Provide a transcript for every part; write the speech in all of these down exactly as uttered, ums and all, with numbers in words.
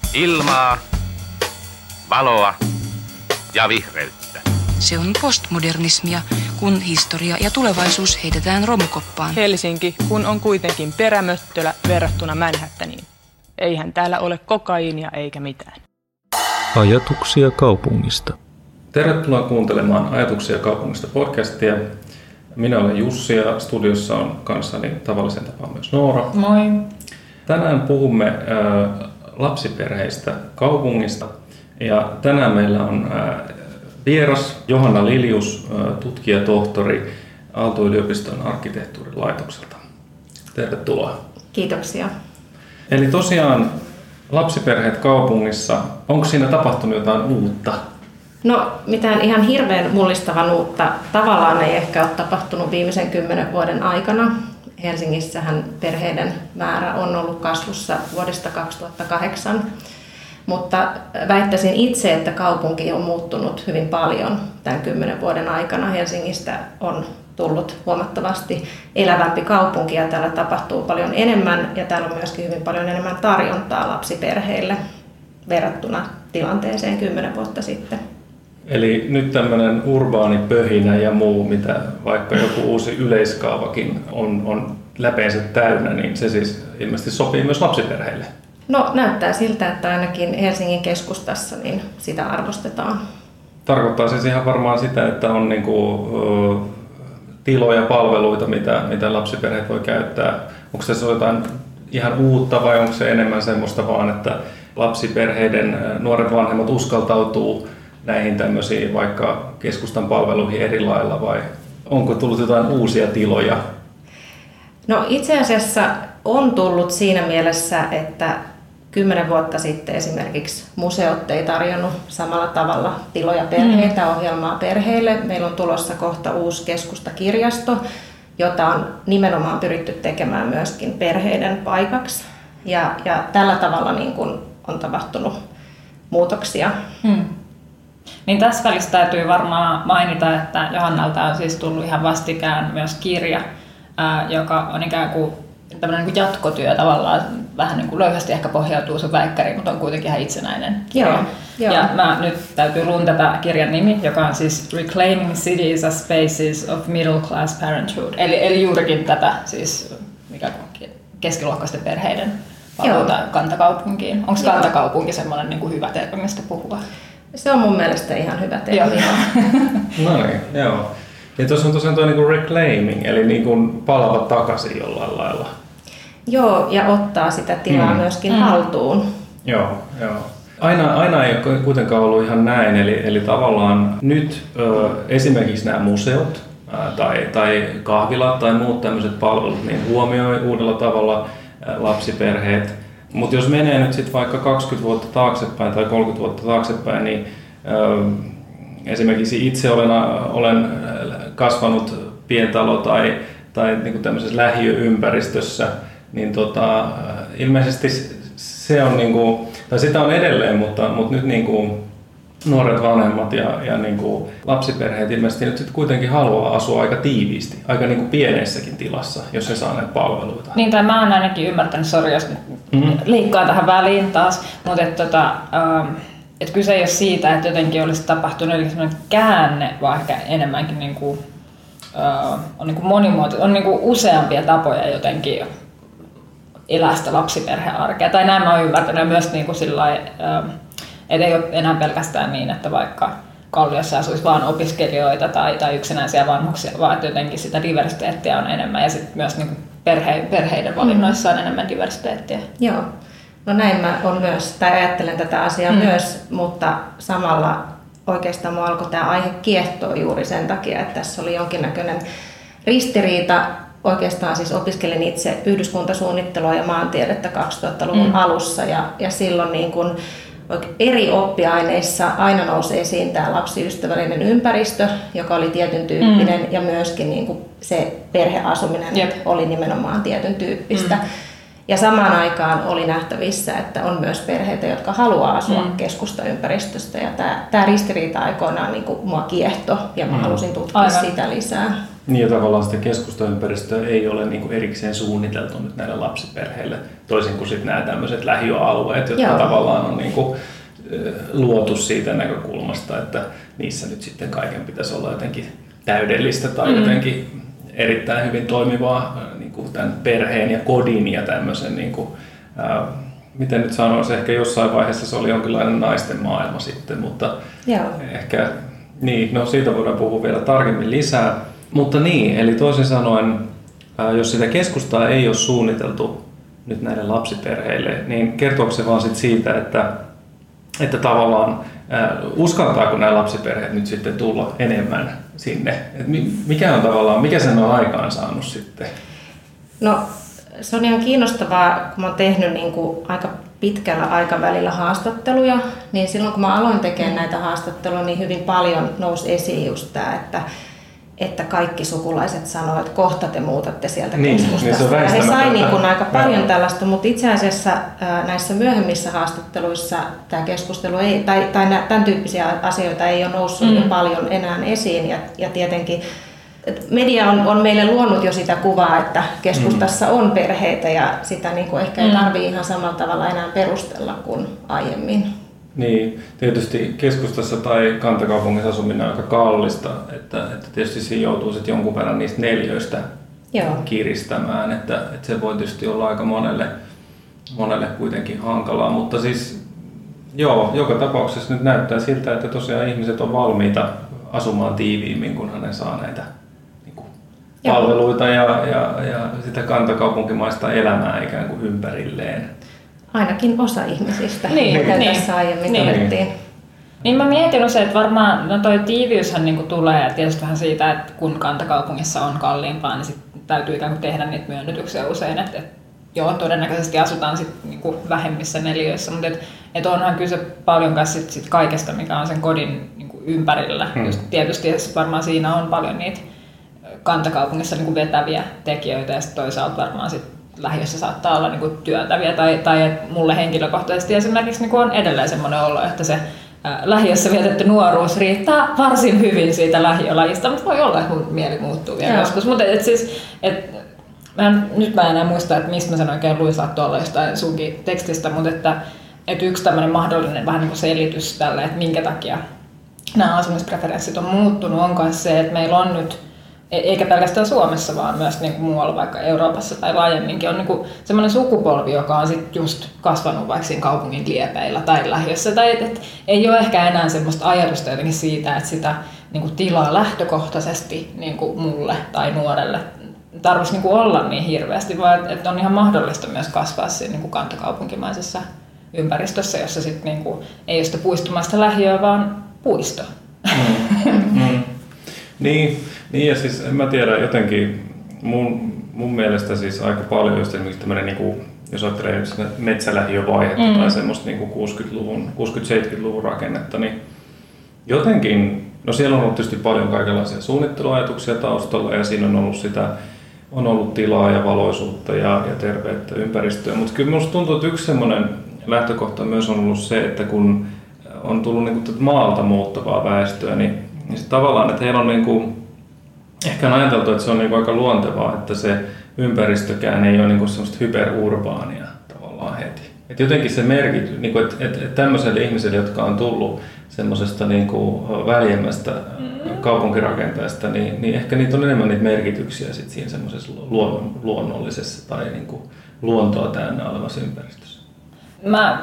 Ilmaa, valoa ja vihreyttä. Se on postmodernismia, kun historia ja tulevaisuus heitetään romukoppaan. Helsinki, kun on kuitenkin perämöttölä verrattuna Manhattaniin. Eihän täällä ole kokaiinia eikä mitään. Ajatuksia kaupungista. Tervetuloa kuuntelemaan Ajatuksia kaupungista podcastia. Minä olen Jussi ja studiossa on kanssani tavallisen tapaan myös Noora. Moi. Tänään puhumme äh, lapsiperheistä kaupungista ja tänään meillä on äh, vieras Johanna Lilius, äh, tutkijatohtori Aalto-yliopiston arkkitehtuurilaitokselta. Tervetuloa. Kiitoksia. Eli tosiaan lapsiperheet kaupungissa, onko siinä tapahtunut jotain uutta? No mitään ihan hirveän mullistavan uutta tavallaan ei ehkä ole tapahtunut viimeisen kymmenen vuoden aikana. Helsingissähän perheiden määrä on ollut kasvussa vuodesta kaksituhattakahdeksan, mutta väittäisin itse, että kaupunki on muuttunut hyvin paljon tämän kymmenen vuoden aikana. Helsingistä on tullut huomattavasti elävämpi kaupunki ja täällä tapahtuu paljon enemmän ja täällä on myöskin hyvin paljon enemmän tarjontaa lapsiperheille verrattuna tilanteeseen kymmenen vuotta sitten. Eli nyt tämmöinen urbaani pöhinä ja muu, mitä vaikka joku uusi yleiskaavakin on, on läpeensä täynnä, niin se siis ilmeisesti sopii myös lapsiperheille. No näyttää siltä, että ainakin Helsingin keskustassa niin sitä arvostetaan. Tarkoittaa siis ihan varmaan sitä, että on niinku, ö, tiloja ja palveluita, mitä, mitä lapsiperheet voi käyttää. Onko se jotain ihan uutta vai onko se enemmän semmoista vaan, että lapsiperheiden nuoret vanhemmat uskaltautuu näihin tämmöisiin vaikka keskustan palveluihin eri lailla vai onko tullut jotain uusia tiloja? No itse asiassa on tullut siinä mielessä, että kymmenen vuotta sitten esimerkiksi museot ei tarjonnut samalla tavalla tiloja perheitä, mm. ohjelmaa perheille. Meillä on tulossa kohta uusi keskustakirjasto, jota on nimenomaan pyritty tekemään myöskin perheiden paikaksi. Ja, ja tällä tavalla niin kun on tapahtunut muutoksia. Mm. Niin tässä välissä täytyy varmaan mainita, että Johannalta on siis tullut ihan vastikään myös kirja, ää, joka on ikään kuin tämmöinen niin kuin jatkotyö tavallaan, vähän niin kuin löyhästi ehkä pohjautuu sun väikkäriin, mutta on kuitenkin ihan itsenäinen kirja. Joo, joo. Ja mä nyt täytyy luntata kirjan nimi, joka on siis Reclaiming Cities as Spaces of Middle Class Parenthood. Eli, eli juurikin tätä siis mikä keskiluokkaisten perheiden paluuta kantakaupunkiin. Onko kantakaupunki semmoinen niin kuin hyvä termi, mistä puhua? Se on mun mielestä ihan hyvä termi. No niin, joo. Ja tuossa on tosiaan tuo niinku reclaiming, eli niinku palata takaisin jollain lailla. Joo, ja ottaa sitä tilaa mm. myöskin mm. haltuun. Joo, joo. Aina, aina ei ole kuitenkaan ollut ihan näin, eli, eli tavallaan nyt ö, esimerkiksi nämä museot ä, tai, tai kahvilat tai muut tämmöiset palvelut niin huomioi uudella tavalla ä, lapsiperheet. Mutta jos menee nyt sitten vaikka kaksikymmentä vuotta taaksepäin tai kolmekymmentä vuotta taaksepäin, niin ö, esimerkiksi itse olen, olen kasvanut pientalo- tai, tai niin tämmöisessä lähiöympäristössä, niin tota, ilmeisesti se on, niin kuin, tai sitä on edelleen, mutta, mutta nyt niin kuin nuoret vanhemmat ja, ja niin kuin lapsiperheet ilmeisesti nyt sitten kuitenkin haluaa asua aika tiiviisti, aika niin kuin pienessäkin tilassa, jos he saa näitä palveluita. Niin, tai mä oon ainakin ymmärtänyt, sori jos mm-hmm. liikkaan tähän väliin taas, mutta että tota, ähm, et kyse ei ole siitä, että jotenkin olisi tapahtunut sellainen käänne, vaan ehkä enemmänkin niin kuin, äh, on niin kuin monimuotoisia, on niin kuin useampia tapoja jotenkin elää sitä lapsiperhearkea. Tai näin mä oon ymmärtänyt myös niin kuin sillai, äh, että ei ole enää pelkästään niin, että vaikka Kalliossa asuisi vain opiskelijoita tai, tai yksinäisiä vanhuksia, vaan että jotenkin sitä diversiteettiä on enemmän ja sitten myös niin kuin perhe, perheiden valinnoissa on enemmän diversiteettiä. Joo. No näin mä on myös, tai ajattelen tätä asiaa mm. myös, mutta samalla oikeastaan mua alkoi tämä aihe kiehtoa juuri sen takia, että tässä oli jonkinnäköinen ristiriita. Oikeastaan siis opiskelin itse yhdyskuntasuunnittelua ja maantiedettä kaksituhattaluvun mm. alussa ja, ja silloin niin kun eri oppiaineissa aina nousi esiin tämä lapsiystävällinen ympäristö, joka oli tietyn tyyppinen mm. ja myöskin niin kun se perheasuminen yep. oli nimenomaan tietyn tyyppistä. Mm. Ja samaan aikaan oli nähtävissä, että on myös perheitä, jotka haluaa asua mm. keskustaympäristöstä. Ja tämä, tämä ristiriita aikoinaan niin kuin mua kiehto ja mä mm. halusin tutkia Aivan. sitä lisää. Niin ja tavallaan sitä keskustaympäristöä ei ole niin kuin erikseen suunniteltu nyt näille lapsiperheille, toisin kuin sitten nämä tämmöiset lähiöalueet, jotka Joo. tavallaan on niin kuin luotu siitä näkökulmasta, että niissä nyt sitten kaiken pitäisi olla jotenkin täydellistä tai mm. jotenkin erittäin hyvin toimivaa niin kuin tämän perheen ja kodin ja tämmöisen, niin kuin, ää, miten nyt sanoisi, ehkä jossain vaiheessa se oli jonkinlainen naisten maailma sitten, mutta Joo. ehkä, niin, no siitä voidaan puhua vielä tarkemmin lisää. Mutta niin, eli toisin sanoen, ää, jos sitä keskustaa ei ole suunniteltu nyt näille lapsiperheille, niin kertooko se vaan sit siitä, että että tavallaan äh, uskaltaako nämä lapsiperheet nyt sitten tulla enemmän sinne? Et mikä on tavallaan, mikä sen on aikaan saanut sitten? No se on ihan kiinnostavaa, kun mä oon tehnyt niin kuin aika pitkällä aikavälillä haastatteluja, niin silloin kun mä aloin tekemään näitä haastatteluja, niin hyvin paljon nousi esiin just tämä, että että kaikki sukulaiset sanoivat, että kohta te muutatte sieltä niin, keskustasta. Niin he sai niin kuin aika paljon tällaista, mutta itse asiassa näissä myöhemmissä haastatteluissa tämä keskustelu ei, tai, tai tämän tyyppisiä asioita ei ole noussut mm. niin paljon enää esiin. Ja, ja tietenkin media on, on meille luonut jo sitä kuvaa, että keskustassa mm. on perheitä ja sitä niin kuin ehkä ei tarvitse ihan samalla tavalla enää perustella kuin aiemmin. Niin, tietysti keskustassa tai kantakaupungissa asuminen on aika kallista, että, että tietysti siinä joutuu sitten jonkun verran niistä neljöistä Joo. kiristämään, että, että se voi tietysti olla aika monelle, monelle kuitenkin hankalaa, mutta siis joo, joka tapauksessa nyt näyttää siltä, että tosiaan ihmiset on valmiita asumaan tiiviimmin, kunhan ne saa näitä niin kuin, palveluita ja, ja, ja sitä kantakaupunkimaista elämää ikään kuin ympärilleen. Ainakin osa ihmisistä, niin, mitä niin, tässä aiemmin niin. todettiin. Niin mä mietin se, että varmaan no toi tiiviyshän niinku tulee tietysti vähän siitä, että kun kantakaupungissa on kalliimpaa, niin sit täytyy ikään kuin tehdä niitä myönnytyksiä usein, että et, joo, todennäköisesti asutaan sit niinku vähemmissä neliöissä, mutta et, et onhan kyse paljon kanssa sit, sit kaikesta, mikä on sen kodin niinku ympärillä. Hmm. Just tietysti varmaan siinä on paljon niitä kantakaupungissa niinku vetäviä tekijöitä ja sit toisaalta varmaan sit lähiössä saattaa olla niinku työntäviä tai, tai et mulle henkilökohtaisesti esimerkiksi niinku on edelleen semmoinen olo, että se ää, lähiössä vietetty nuoruus riittää varsin hyvin siitä lähiölajista, mutta voi olla, että mun mieli muuttuu vielä Joo. joskus. Mutta et siis, et, mä en, nyt mä en enää muista, että mistä mä sen oikein luin, saattoi olla jostain sunkin tekstistä, mutta että, että yksi tämmöinen mahdollinen vähän niin kuin selitys tälle, että minkä takia nämä asumispreferenssit on muuttunut, on myös se, että meillä on nyt eikä pelkästään Suomessa, vaan myös niin kuin muualla, vaikka Euroopassa tai laajemminkin, on niin kuin semmoinen sukupolvi, joka on sit just kasvanut vaikka siinä kaupungin liepeillä tai lähiössä. Tai et, et, ei ole ehkä enää semmoista ajatusta jotenkin siitä, että sitä niin kuin tilaa lähtökohtaisesti niin kuin mulle tai nuorelle tarvitsisi niin kuin olla niin hirveästi, vaan että et on ihan mahdollista myös kasvaa siinä niin kuin kantakaupunkimaisessa ympäristössä, jossa sit niin kuin, ei ole sitä puistomaista lähiöä, vaan puisto. Mm. Mm. Niin, niin, ja siis en mä tiedä, jotenkin mun, mun mielestä siis aika paljon just esimerkiksi tämmöinen, niin kuin, jos ajattelee metsälähiövaihetta mm. tai semmoista niin kuin kuusikymmentäluvun, kuusikymmentä-seitsemänkymmentäluvun rakennetta, niin jotenkin, no siellä on ollut tietysti paljon kaikenlaisia suunnitteluajatuksia taustalla ja siinä on ollut sitä, on ollut tilaa ja valoisuutta ja, ja terveyttä ympäristöä, mutta kyllä minusta tuntuu, että yksi semmoinen lähtökohta myös on ollut se, että kun on tullut niin kuin maalta muuttavaa väestöä, niin niin tavallaan, että heillä on niin kuin, ehkä on ajateltu, että se on niin kuin aika luontevaa, että se ympäristökään ei ole niin kuin semmoista hyperurbaania tavallaan heti. Et jotenkin se merkitys, niin kuin, että, että, että tämmöiselle ihmiselle, jotka on tullut semmoisesta niin kuin väljemmästä kaupunkirakenteesta, niin, niin ehkä niitä on enemmän niitä merkityksiä sit siinä semmoisessa luon, luonnollisessa tai niin kuin luontoa täynnä olevassa ympäristössä. Mä,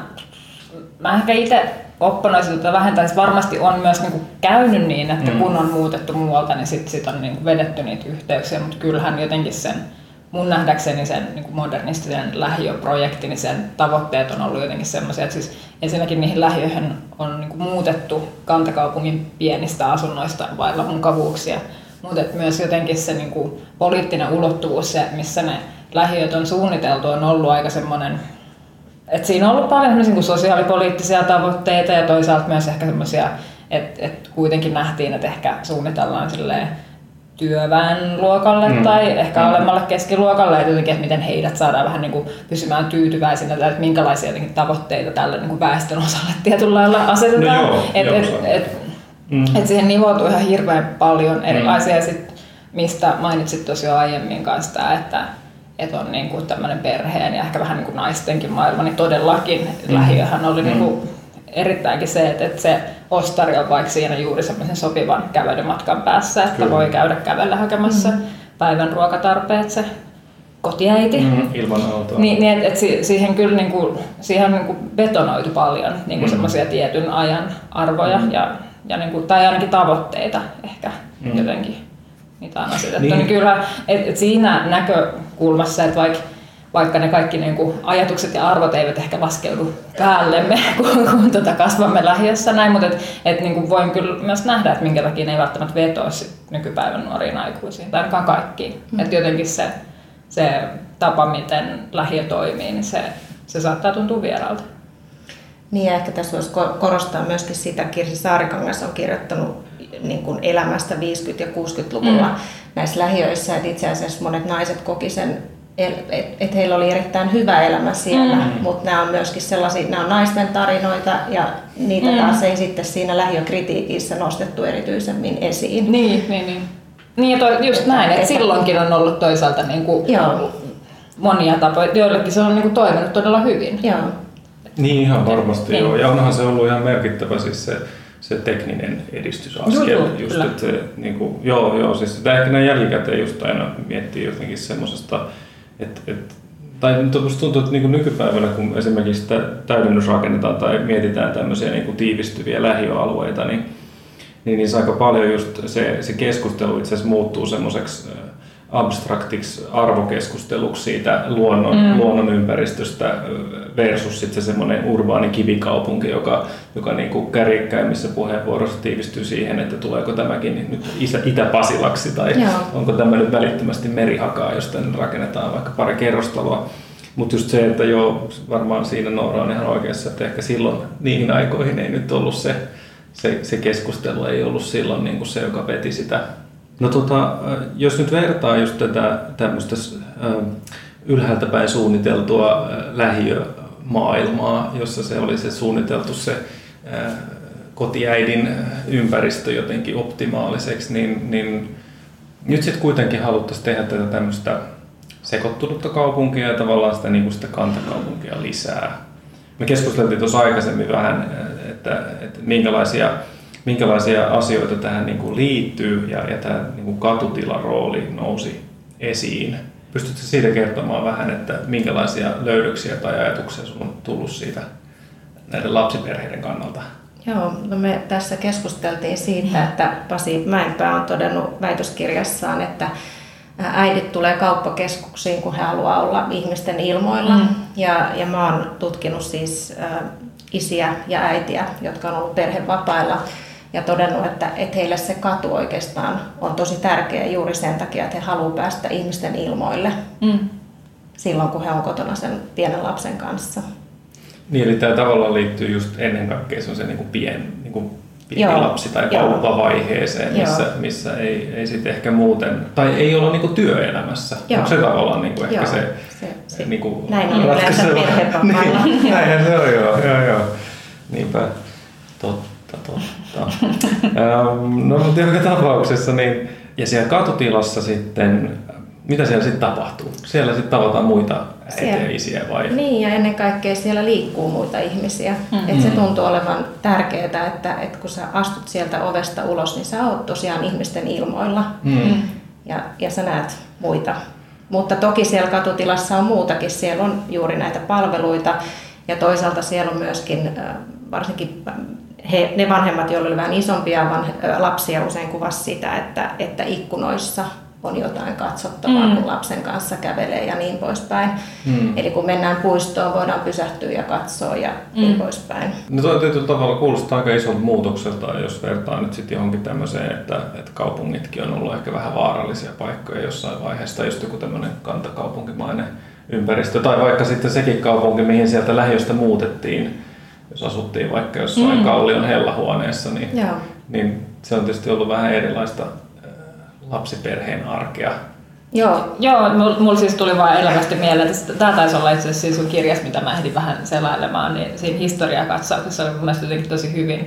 mä ehkä itse opponoisin tätä vähentäisi. Varmasti on myös niinku käynyt niin, että mm. kun on muutettu muualta, niin sitten sit on niinku vedetty niitä yhteyksiä, mutta kyllähän jotenkin sen, mun nähdäkseni sen niinku modernistisen lähiöprojektin, niin sen tavoitteet on ollut jotenkin semmoisia, että siis ensinnäkin niihin lähiöihin on niinku muutettu kantakaupungin pienistä asunnoista vailla mukavuuksia, mutta myös jotenkin se niinku poliittinen ulottuvuus, se, missä ne lähiöt on suunniteltu, on ollut aika semmoinen. Et siinä on ollut paljon niin kuin sosiaalipoliittisia tavoitteita ja toisaalta myös ehkä semmoisia, että et kuitenkin nähtiin, että ehkä suunnitellaan työväenluokalle mm. tai ehkä mm. alemmalle keskiluokalle, että jotenkin, että miten heidät saadaan vähän niin kuin pysymään tyytyväisinä, että minkälaisia tavoitteita tälle niin kuin väestön osalle tietyllä lailla asetetaan. No joo, et, joo, et, et, mm. et siihen nivoutuu ihan hirveän paljon erilaisia. Mm. mistä mainitsit tosiaan aiemmin kanssa tämä, että, että on niin kuin tämmöinen perheen ja ehkä vähän niin kuin naistenkin maailma, niin todellakin mm. lähiöhän oli mm. niin kuin erittäinkin se, että, että se ostari on vaikka siinä juuri semmoisen sopivan kävelymatkan päässä, että Kyllä. voi käydä kävellä hakemassa mm. päivän ruokatarpeet se kotiäiti. Mm, ilman autoa. Niin, niin että et siihen kyllä niinku, siihen on niinku betonoitu paljon niinku mm. semmoisia tietyn ajan arvoja mm. ja, ja niinku, tai ainakin tavoitteita ehkä mm. jotenkin, mitä on asetettu. Niin. Niin kyllä, et, et siinä näkökulmassa, että vaikka vaikka ne kaikki niinku ajatukset ja arvot eivät ehkä laskeudu päällemme, kun, kun tota kasvamme lähiössä näin, mutta et, et niinku voin kyllä myös nähdä, että minkä takia ne ei välttämättä vetoa nykypäivän nuoriin aikuisiin, tai ainakaan kaikkiin. Mm. Että jotenkin se se tapa, miten lähiö toimii, niin se, se saattaa tuntua vieraalta. Niin ja ehkä tässä voisi korostaa myöskin sitä, Kirsi Saarikangas on kirjoittanut niin kuin elämästä viisikymmentä- ja kuusikymmentäluvulla mm. näissä lähiöissä, että itse asiassa monet naiset koki sen, että et heillä oli erittäin hyvä elämä siellä, mm. mutta nämä on myöskin sellaisia, nämä on naisten tarinoita ja niitä mm. taas ei sitten siinä lähiökritiikissä nostettu erityisemmin esiin. Niin, niin, niin. Niin ja toi, just näin, että silloinkin on ollut toisaalta niin kuin monia tapoja, joillekin se on niin kuin toiminut todella hyvin. Joo. Niin ihan varmasti niin. Joo, ja onhan se ollut ihan merkittävä siis se, se tekninen edistysaskel. Joo, just, että se, niin kuin, joo, joo, siis sitä ehkä näin jälkikäteen just aina miettii jotenkin semmosesta, että, että tai tuntuu, että niin nykypäivänä, kun esimerkiksi sitä täydennysrakennetaan tai mietitään tämmöisiä niin kuin tiivistyviä lähiöalueita, niin Niin, niin se aika paljon just se, se keskustelu itse asiassa muuttuu semmoiseksi abstraktiksi arvokeskusteluksi siitä luonnon, mm. luonnon ympäristöstä versus sitten se semmoinen urbaani kivikaupunki, joka, joka niin kuin kärjekkäimmissä puheenvuoroissa tiivistyy siihen, että tuleeko tämäkin nyt Itä-Pasilaksi tai Joo. onko tämä nyt välittömästi Merihakaa, jos tänne rakennetaan vaikka pari kerrostaloa. Mutta just se, että joo, varmaan siinä Noora on ihan oikeassa, että ehkä silloin niihin aikoihin ei nyt ollut se Se, se keskustelu ei ollut silloin niin kuin se, joka veti sitä. No tota, jos nyt vertaa just tätä tämmöistä ylhäältä päin suunniteltua lähiömaailmaa, jossa se oli se suunniteltu se kotiäidin ympäristö jotenkin optimaaliseksi, niin, niin nyt sitten kuitenkin haluttaisiin tehdä tätä tämmöistä sekoittunutta kaupunkia ja tavallaan sitä, niin kuin sitä kantakaupunkia lisää. Me keskusteltiin tuossa aikaisemmin vähän, että, että minkälaisia, minkälaisia asioita tähän niin kuin liittyy ja, ja tämä niin kuin katutilan rooli nousi esiin. Pystytkö siitä kertomaan vähän, että minkälaisia löydöksiä tai ajatuksia sinulla on tullut siitä näiden lapsiperheiden kannalta? Joo, no me tässä keskusteltiin siitä, että Pasi Mäenpää on todennut väitöskirjassaan, että äidit tulee kauppakeskuksiin, kun he haluaa olla ihmisten ilmoilla. Mm. Ja, ja mä oon tutkinut siis ä, isiä ja äitiä, jotka on ollut perhevapailla ja todennut, että, että heille se katu oikeastaan on tosi tärkeä juuri sen takia, että he haluaa päästä ihmisten ilmoille mm. silloin, kun he on kotona sen pienen lapsen kanssa. Niin, eli tämä tavallaan liittyy just ennen kaikkea sellaiseen niin kuin pien, niin kuin pieni lapsi- tai vauvavaiheeseen, missä, missä ei, ei sitten ehkä muuten, tai ei olla niinku työelämässä. Joo. Onko se tavallaan niinku ehkä joo. se, se, se niinku näin on yleensä perhevapailla. Niin, näinhän se on, joo, joo, joo. Niinpä, totta, totta. ähm, no mutta joka tapauksessa, niin, ja siellä katutilassa sitten, mitä siellä sitten tapahtuu? Siellä sitten tavataan muita äitejä, isiä vai? Niin, ja ennen kaikkea siellä liikkuu muita ihmisiä. Mm-hmm. Et se tuntuu olevan tärkeää, että, että kun sä astut sieltä ovesta ulos, niin sä oot tosiaan ihmisten ilmoilla. Mm-hmm. Ja, ja sä näet muita. Mutta toki siellä katutilassa on muutakin. Siellä on juuri näitä palveluita ja toisaalta siellä on myöskin varsinkin he, ne vanhemmat, joilla oli vähän isompia vanhe, lapsia, usein kuvasi sitä, että, että ikkunoissa on jotain katsottavaa, mm. kun lapsen kanssa kävelee ja niin poispäin. Mm. Eli kun mennään puistoon, voidaan pysähtyä ja katsoa ja mm. niin poispäin. No toi tietyllä tavalla kuulostaa aika isolta muutokselta, jos vertaa nyt sitten johonkin tämmöiseen, että, että kaupungitkin on ollut ehkä vähän vaarallisia paikkoja jossain vaiheessa, just joku tämmöinen kantakaupunkimainen ympäristö, tai vaikka sitten sekin kaupunki, mihin sieltä lähiöstä muutettiin, jos asuttiin vaikka jossain mm. Kallion hellahuoneessa, niin, niin se on tietysti ollut vähän erilaista lapsiperheen arkea. Joo, joo mulla mul siis tuli vaan elävästi mieleen, että tämä taisi olla itse asiassa sun kirjassa, mitä mä ehdin vähän selailemaan, niin siinä historiakatsauksessa oli mun mielestä jotenkin tosi hyvin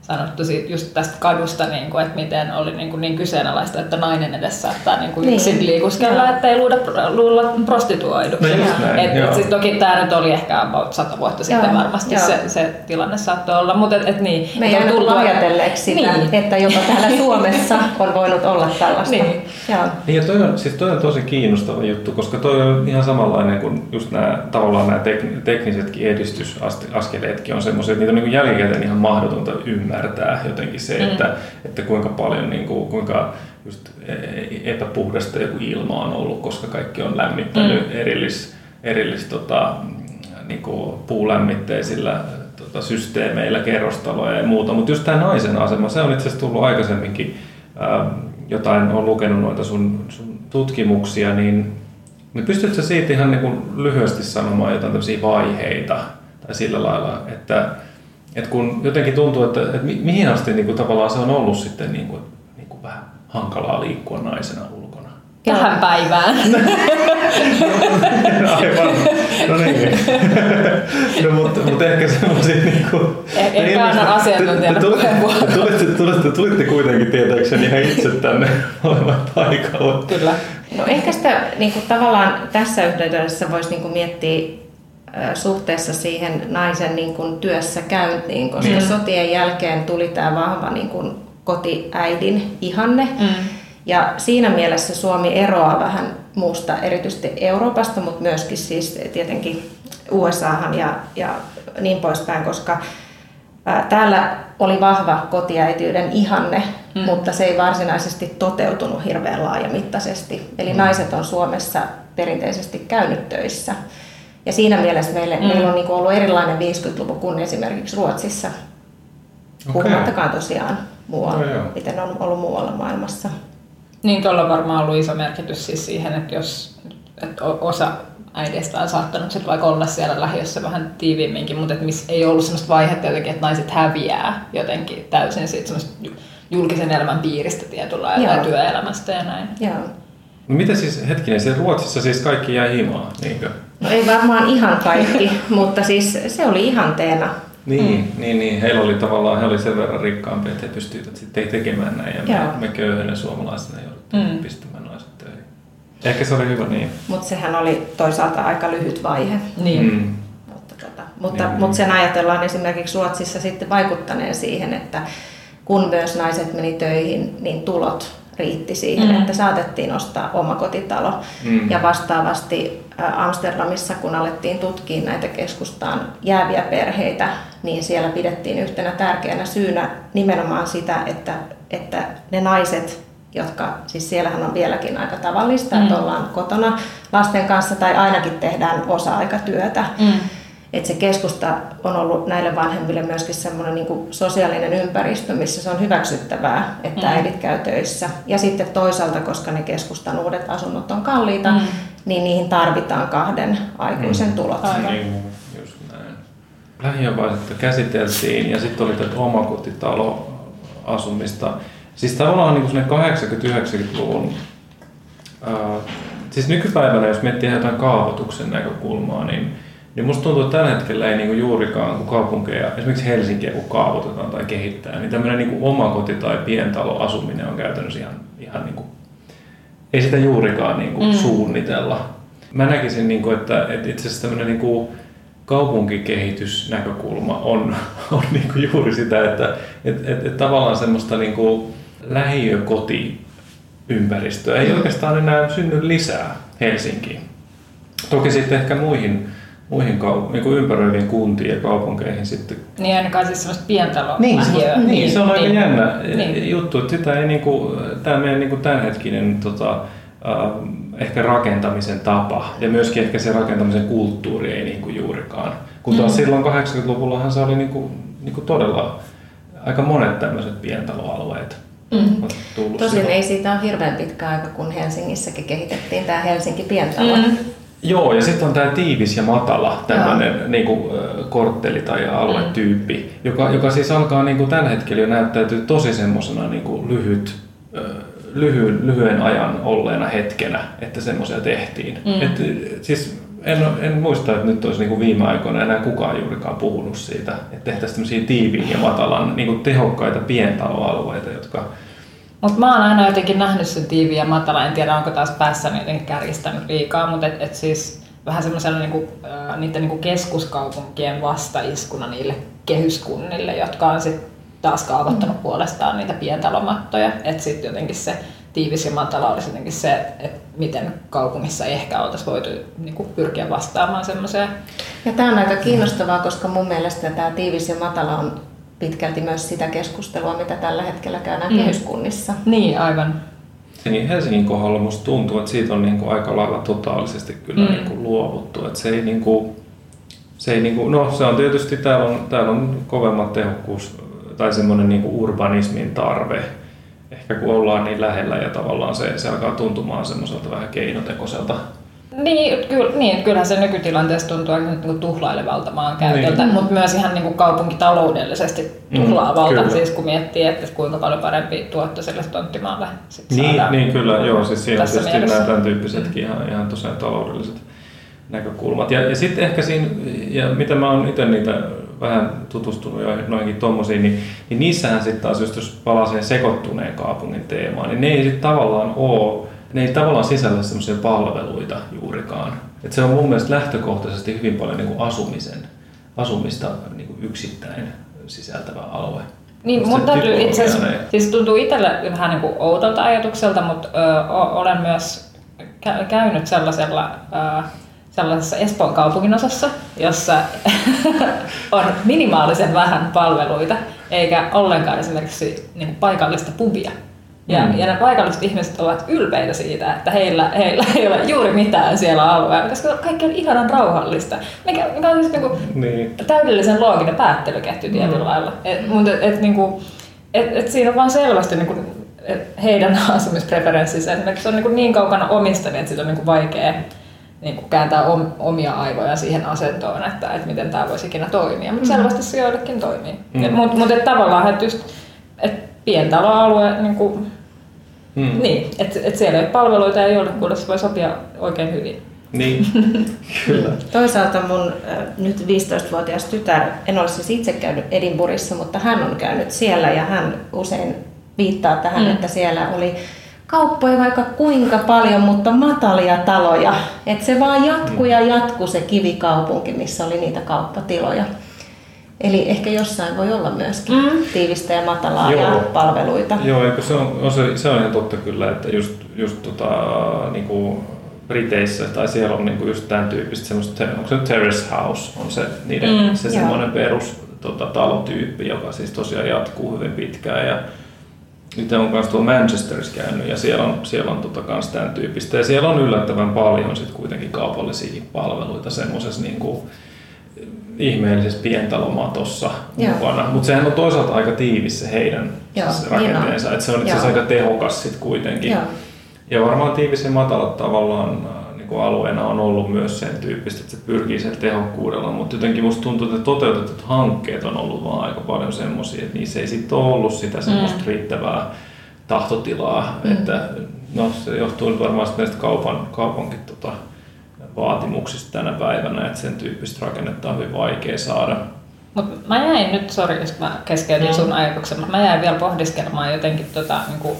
sanottu siitä, just tästä kadusta, niin kuin, että miten oli niin, kuin niin kyseenalaista, että nainen edes saattaa niin kuin yksin liikuskella, niin. Että ei luulla, luulla prostituoiduksi. No et, et siis toki tämä nyt oli ehkä about sata vuotta sitten joo, varmasti joo. Se, se tilanne saattoi olla. Mutta et, et niin, me ei ole tullut ajatelleeksi sitä, niin. Että jopa täällä Suomessa on voinut olla tällaista. Niin. Niin, ja toi on, siis toi on tosi kiinnostava juttu, koska toi on ihan samanlainen kuin just nämä, tavallaan nämä tek, teknisetkin edistysaskeleetkin on semmoisia, että niitä on niin kuin jälkikäteen ihan mahdotonta ymmärtää jotenkin se, että, mm. että kuinka paljon, niin kuin, kuinka just epäpuhdasta joku ilma on ollut, koska kaikki on lämmittänyt mm. erillis, erillis tota, niin kuin puulämmitteisillä tota, systeemeillä, kerrostaloja ja muuta. Mutta just tämä naisen asema, se on itse asiassa tullut aikaisemminkin, ää, jotain on lukenut noita sun, sun tutkimuksia, niin, niin pystytkö siitä ihan niin kuin lyhyesti sanomaan jotain tämmöisiä vaiheita tai sillä lailla, että et kun jotenkin tuntuu, että, että mihin asti niin kuin tavallaan se on ollut sitten niin kuin, niin kuin vähän hankalaa liikkua naisena ulkona? Tähän päivään. Aivan. No niin. No, mutta, mutta ehkä semmoisia niin kuin... Ehkä anna asiantuntijana puheenvuoroa. Tulitte, tulitte, tulitte kuitenkin tietääkseni ihan itse tänne olemaan paikalla. Kyllä. No ehkä sitä niin kuin tavallaan tässä yhteydessä voisi niin kuin miettiä suhteessa siihen naisen niin kuin työssä käyntiin, koska mm. sotien jälkeen tuli tämä vahva niin kuin kotiäidin ihanne. Mm. Ja siinä mielessä Suomi eroaa vähän muusta, erityisesti Euroopasta, mutta myöskin siis tietenkin U S A:han ja, ja niin poispäin, koska ää, täällä oli vahva kotiäitiyden ihanne, mm. mutta se ei varsinaisesti toteutunut hirveän laajamittaisesti. Eli mm. naiset on Suomessa perinteisesti käynyt töissä. Ja siinä mielessä meille, mm. meillä on niin kuin ollut erilainen viisikymmentäluku kuin esimerkiksi Ruotsissa, okay. Puhumattakaan tosiaan muualla, no, miten on ollut muualla maailmassa. Niin, tuolla on varmaan ollut iso merkitys siis siihen, että jos että osa äideistä on saattanut sit vaikka olla siellä lähiössä vähän tiiviimminkin, mutta että missä ei ollut sellaista vaihetta jotenkin, että naiset häviää jotenkin täysin siitä julkisen elämän piiristä tietyllä lailla ja työelämästä ja näin. Joo. No mitä siis, hetkinen, siellä Ruotsissa siis kaikki jäi himaan, niinkö? No ei varmaan ihan kaikki, mutta siis se oli ihanteena. Niin, mm. niin, niin, heillä oli tavallaan, he oli sen verran rikkaampia, että he pystyivät sitten tekemään näin ja me, me köyhänä suomalaisena jouduttiin mm. pistämään naiset töihin. Ehkä se oli hyvä niin. Mutta sehän oli toisaalta aika lyhyt vaihe. Niin. Mm. Mutta, tota, mutta, niin, mutta sen ajatellaan esimerkiksi Ruotsissa sitten vaikuttaneen siihen, että kun myös naiset meni töihin, niin tulot riitti siihen, mm. että saatettiin ostaa omakotitalo. Mm. Ja vastaavasti Amsterdamissa, kun alettiin tutkia näitä keskustaan jääviä perheitä, niin siellä pidettiin yhtenä tärkeänä syynä nimenomaan sitä, että, että ne naiset, jotka, siis siellähän on vieläkin aika tavallista, mm. että ollaan kotona lasten kanssa tai ainakin tehdään osa-aikatyötä. Mm. Että se keskusta on ollut näille vanhemmille myöskin semmoinen niin kuin sosiaalinen ympäristö, missä se on hyväksyttävää, että mm. äidit käy töissä. Ja sitten toisaalta, koska ne keskustan uudet asunnot on kalliita, mm. niin niihin tarvitaan kahden aikuisen tulot. Mm. Niin, just näin. Lähiövaihetta käsiteltiin ja sitten oli tätä omakotitaloasumista. Siis tavallaan niin kuin kahdeksankymmentä-yhdeksänkymmentäluvun, äh, siis nykypäivänä, jos miettii jotain kaavoituksen näkökulmaa, niin Niin musta tuntuu, että tällä hetkellä ei niinku juurikaan, kun kaupunkeja, esimerkiksi Helsinkiä kun kaavoitetaan tai kehittää, niin tämmöinen niinku omakoti- tai pientaloasuminen on käytännössä ihan, ihan niinku, ei sitä juurikaan niinku mm. suunnitella. Mä näkisin, niinku, että, että itse asiassa tämmöinen niinku kaupunkikehitysnäkökulma on, on niinku juuri sitä, että et, et, et tavallaan semmoista niinku lähiökotiympäristöä ei oikeastaan enää synny lisää Helsinkiin. Toki sitten ehkä muihin muihin kaup- niin kuin ympäröiviin kuntiin ja kaupunkeihin sitten. Niin ainakaan siis semmoista pientaloa. Niin, niin, niin, se on aika niin, jännä niin. juttu, että sitä ei niinku, tämä meidän niinku tämänhetkinen tota, äh, ehkä rakentamisen tapa ja myöskin ehkä se rakentamisen kulttuuri ei niinku juurikaan. Kun taas mm. silloin kahdeksankymmentäluvullahan se oli niinku, niinku todella aika monet tämmöiset pientaloalueet. Mm. Tosin silloin. Ei siitä ole hirveän pitkä aika, kun Helsingissäkin kehitettiin tämä Helsinki pientalo. Mm. Joo, ja sitten on tämä tiivis ja matala tämmöinen niinku, kortteli tai aluetyyppi, joka, joka siis alkaa niinku, tällä hetkellä jo näyttäytyy tosi semmoisena niinku, lyhyt, lyhyen, lyhyen ajan olleena hetkenä, että semmoisia tehtiin. Mm. Et, siis en, en muista, että nyt olisi niin viime aikoina enää kukaan juurikaan puhunut siitä, että tehtäisiin tämmöisiä tiiviin ja matalan niin tehokkaita pientaloalueita, jotka... Mutta mä oon aina jotenkin nähnyt sen tiiviin ja matala, en tiedä onko taas päässäni jotenkin kärjistänyt liikaa, mutta et, et siis vähän semmoisella niinku, äh, niiden niinku keskuskaupunkien vastaiskuna niille kehyskunnille, jotka on sitten taas kaavoittanut mm. puolestaan niitä pientalomattoja, että sitten jotenkin se tiivis ja matala olisi jotenkin se, että miten kaupungissa ehkä oltaisiin voitu niin kuin pyrkiä vastaamaan semmoiseen. Ja tämä on aika kiinnostavaa, koska mun mielestä tämä tiivis ja matala on pitkälti myös sitä keskustelua, mitä tällä hetkellä käydään mm. kehyskunnissa. Niin, aivan. Niin Helsingin kohdalla musta tuntuu, että siitä on niin kuin aika lailla totaalisesti kyllä mm. niin kuin luovuttu. Että se ei niin kuin, se ei niin kuin, no se on tietysti, täällä on, täällä on kovemmat tehokkuus tai semmoinen niin kuin urbanismin tarve. Ehkä kun ollaan niin lähellä ja tavallaan se, se alkaa tuntumaan semmoiselta vähän keinotekoiselta. Niin, kyllä, niin, kyllähän se nykytilanteessa tuntuu aika niin tuhlailevalta maankäytöltä, niin. Mutta myös ihan niin kuin kaupunkitaloudellisesti tuhlaavalta, mm, siis kun miettii, että kuinka paljon parempi tuotto sille tonttimaalle sit niin, saadaan. Niin, kyllä, joo, siis siinä on tietysti nämä tämän tyyppisetkin mm. ihan, ihan tosiaan taloudelliset näkökulmat. Ja, ja sitten ehkä siinä, ja mitä mä oon itse niitä vähän tutustunut jo noihinkin tommosiin, niin, niin niissähän sitten taas, just jos palaa siihen sekoittuneen kaupungin teemaan, niin ne ei sitten tavallaan ole, ne ei tavallaan sisällä semmoisia palveluita juurikaan. Et se on mun mielestä lähtökohtaisesti hyvin paljon niin kuin asumisen, asumista niin kuin yksittäin sisältävä alue. Niin, mun täytyy itse asiassa, siis tuntuu itselle vähän niin kuin oudolta ajatukselta, mutta ö, olen myös käynyt sellaisella ö, sellaisessa Espoon kaupunginosassa, jossa on minimaalisen vähän palveluita, eikä ollenkaan esimerkiksi niin kuin paikallista pubia. Ja, mm. ja ne paikalliset ihmiset ovat ylpeitä siitä, että heillä, heillä ei ole juuri mitään siellä alueella, koska kaikki on ihanan rauhallista, mikä, mikä on siis niin kuin niin. täydellisen looginen päättelyketju tietyllä mm. lailla. Et, mutta et, niin kuin, et, et siinä on vaan selvästi niin kuin, heidän asumispreferenssinsä esimerkiksi on niin, kuin niin kaukana omista, että siitä on niin kuin vaikea niin kuin kääntää omia aivoja siihen asentoon, että, että miten tämä voisi ikinä toimia, mutta selvästi se joillekin toimii. Mm. Mutta mut, tavallaan, että just et pientaloalue, niin, kuin, mm. niin että et siellä ei ole palveluita ja jollekuille se voi sopia oikein hyvin. Niin, kyllä. Toisaalta mun äh, nyt viisitoistavuotias tytär, en ole siis itse käynyt Edinburghissa, mutta hän on käynyt siellä ja hän usein viittaa tähän, mm. että siellä oli kauppoja vaikka kuinka paljon, mutta matalia taloja. Että se vaan jatkuu ja jatkuu se kivikaupunki, missä oli niitä kauppatiloja. Eli ehkä jossain voi olla myöskin mm. tiivistä ja matalaa Joo. ja palveluita. Joo, eikö se, on, se, se on ihan totta kyllä, että just, just tota, niinku Briteissä tai siellä on niinku just tämän tyyppistä semmoista, onko se terrace house, on se, niiden, mm, se semmoinen perus tota, talotyyppi, joka siis tosiaan jatkuu hyvin pitkään. Ja itse olen myös tuolla Manchesterissa käynyt ja siellä on, siellä on tota kans tämän tyyppistä ja siellä on yllättävän paljon sit kuitenkin kaupallisia palveluita semmoisessa niinku ihmeellisessä pientalomatossa mukana, mutta sehän on toisaalta aika tiivis se heidän Joo, se rakenteensa, että se on itse asiassa aika tehokas sit kuitenkin. Joo. Ja varmaan tiivis ja matalat tavallaan niin kuin alueena on ollut myös sen tyyppistä, että se pyrkii sen tehokkuudella, mutta jotenkin musta tuntuu, että toteutetut hankkeet on ollut vaan aika paljon semmoisia, että niissä ei sitten ole ollut sitä semmoista mm. riittävää tahtotilaa, mm. että no se johtuu nyt varmaan näistä kaupan, kaupankin tota, vaatimuksista tänä päivänä, että sen tyyppistä rakennetta on hyvin vaikea saada. Mut mä jäin nyt, sori jos mä keskeytin sun ajatuksen, mutta mä jäin vielä pohdiskelemaan jotenkin tota, niin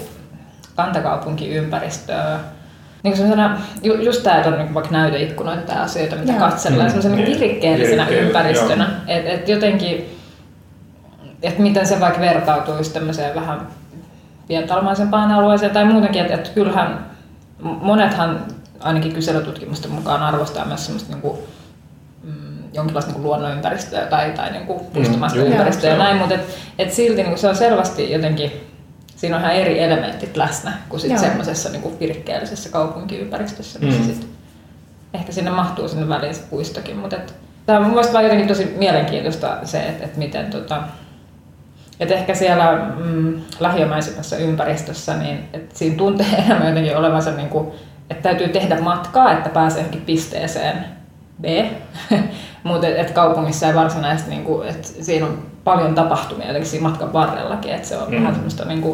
kantakaupunkiympäristöä. Niin ju, just tää, että on niin vaikka näyteikkuna tai asioita, mitä Joo. katsellaan, semmoisena niin. virikkeellisenä Virikkeellä, ympäristönä. Että et jotenkin, että miten se vaikka vertautuisi tämmöiseen vähän pientalomaisempaan alueeseen tai muutenkin, että et kyllähän monethan ainakin kyselytutkimusten mukaan arvostaa myös semmoista niin kuin, mm, jonkinlaista niin kuin luonnonympäristöä tai, tai niin kuin puistomaista mm, ympäristöä ja näin, mutta et, et silti niin kuin se on selvästi jotenkin, siinä on ihan eri elementit läsnä kuin sit semmoisessa niin kuin virikkeellisessä kaupunkiympäristössä, missä mm. sit ehkä sinne mahtuu sinne väliin se puistokin, mutta et, tämä on mun mielestä vaan jotenkin tosi mielenkiintoista se, että et miten tota, et ehkä siellä mm, lähiömäisemmässä ympäristössä, niin et siinä tuntee enemmän jotenkin olevansa niin kuin, että täytyy tehdä matkaa, että pääsee johonkin pisteeseen B, mutta et, et kaupungissa ei varsinaisesti, niinku, että siinä on paljon tapahtumia jotenkin siinä matkan varrellakin, että se on mm. vähän semmoista niinku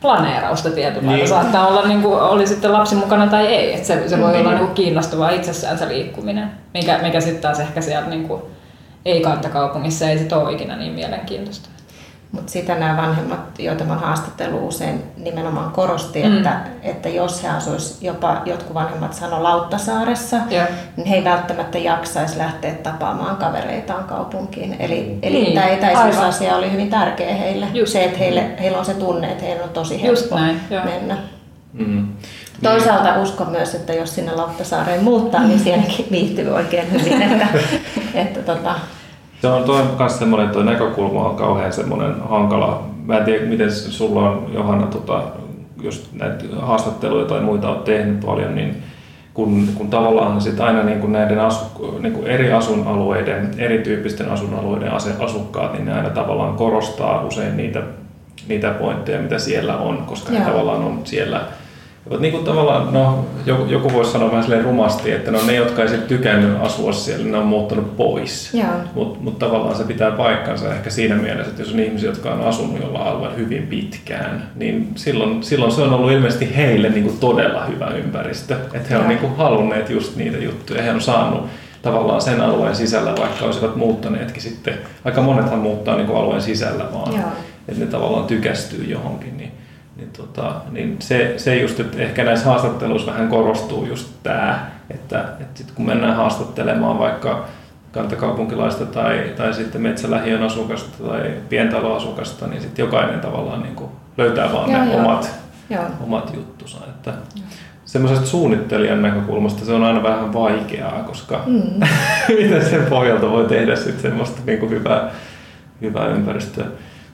planeerausta tietyllä niin. Saattaa olla, niin kuin, oli sitten lapsi mukana tai ei. Että se, se voi niin. olla niin kuin kiinnostavaa itsessään se liikkuminen, mikä, mikä sitten taas ehkä siellä niin kuin, ei-kantakaupungissa ei sit ole ikinä niin mielenkiintoista. Mutta sitä nämä vanhemmat, joita mä oon haastatellut usein, nimenomaan korosti, Mm. että, että jos he asuisivat, jopa jotkut vanhemmat sanoi Lauttasaaressa, Yeah. niin he ei välttämättä jaksaisi lähteä tapaamaan kavereitaan kaupunkiin. Eli, eli Niin, tämä aivan. etäisyysasia oli hyvin tärkeä heille. Just. Se, että heille, heillä on se tunne, että heillä on tosi Just helppo näin, joo. mennä. Mm. Toisaalta uskon myös, että jos sinne Lauttasaareen muuttaa, niin sielläkin viihtyy oikein hyvin. Että, että tota, Se on toi myös semmoinen, tuo näkökulma on kauhean semmoinen hankala. Mä en tiedä, miten sulla on, Johanna, tota, jos näitä haastatteluja tai muita olet tehnyt paljon, niin kun, kun tavallaan sit aina niin kuin näiden asu, niin kuin eri asuinalueiden, erityyppisten asuinalueiden asukkaat, niin ne aina tavallaan korostaa usein niitä, niitä pointteja, mitä siellä on, koska Joo. he tavallaan on siellä. Niin kuin tavallaan, no, joku voisi sanoa vähän silleen rumasti, että no, ne, jotka ei sitten tykännyt asua siellä, ne on muuttanut pois. Mutta mut tavallaan se pitää paikkansa ehkä siinä mielessä, että jos on ihmisiä, jotka on asunut jollain alueella hyvin pitkään, niin silloin, silloin se on ollut ilmeisesti heille niin kuin todella hyvä ympäristö. Että he on niin kuin halunneet just niitä juttuja. He on saanut tavallaan sen alueen sisällä, vaikka olisivat muuttaneetkin sitten. Aika monethan muuttaa niin kuin alueen sisällä vaan, Joo. että ne tavallaan tykästyy johonkin. Niin Niin, tota, niin se, se just, että ehkä näissä haastatteluissa vähän korostuu just tämä, että, että sit kun mennään haastattelemaan vaikka kantakaupunkilaista tai, tai sitten metsälähiön asukasta tai pientaloasukasta, niin sitten jokainen tavallaan niin kuin löytää vaan joo, ne joo. Omat, omat juttusa. Että semmoisesta suunnittelijan näkökulmasta se on aina vähän vaikeaa, koska mm. miten sen pohjalta voi tehdä sitten semmoista niin kuin hyvää, hyvää ympäristöä.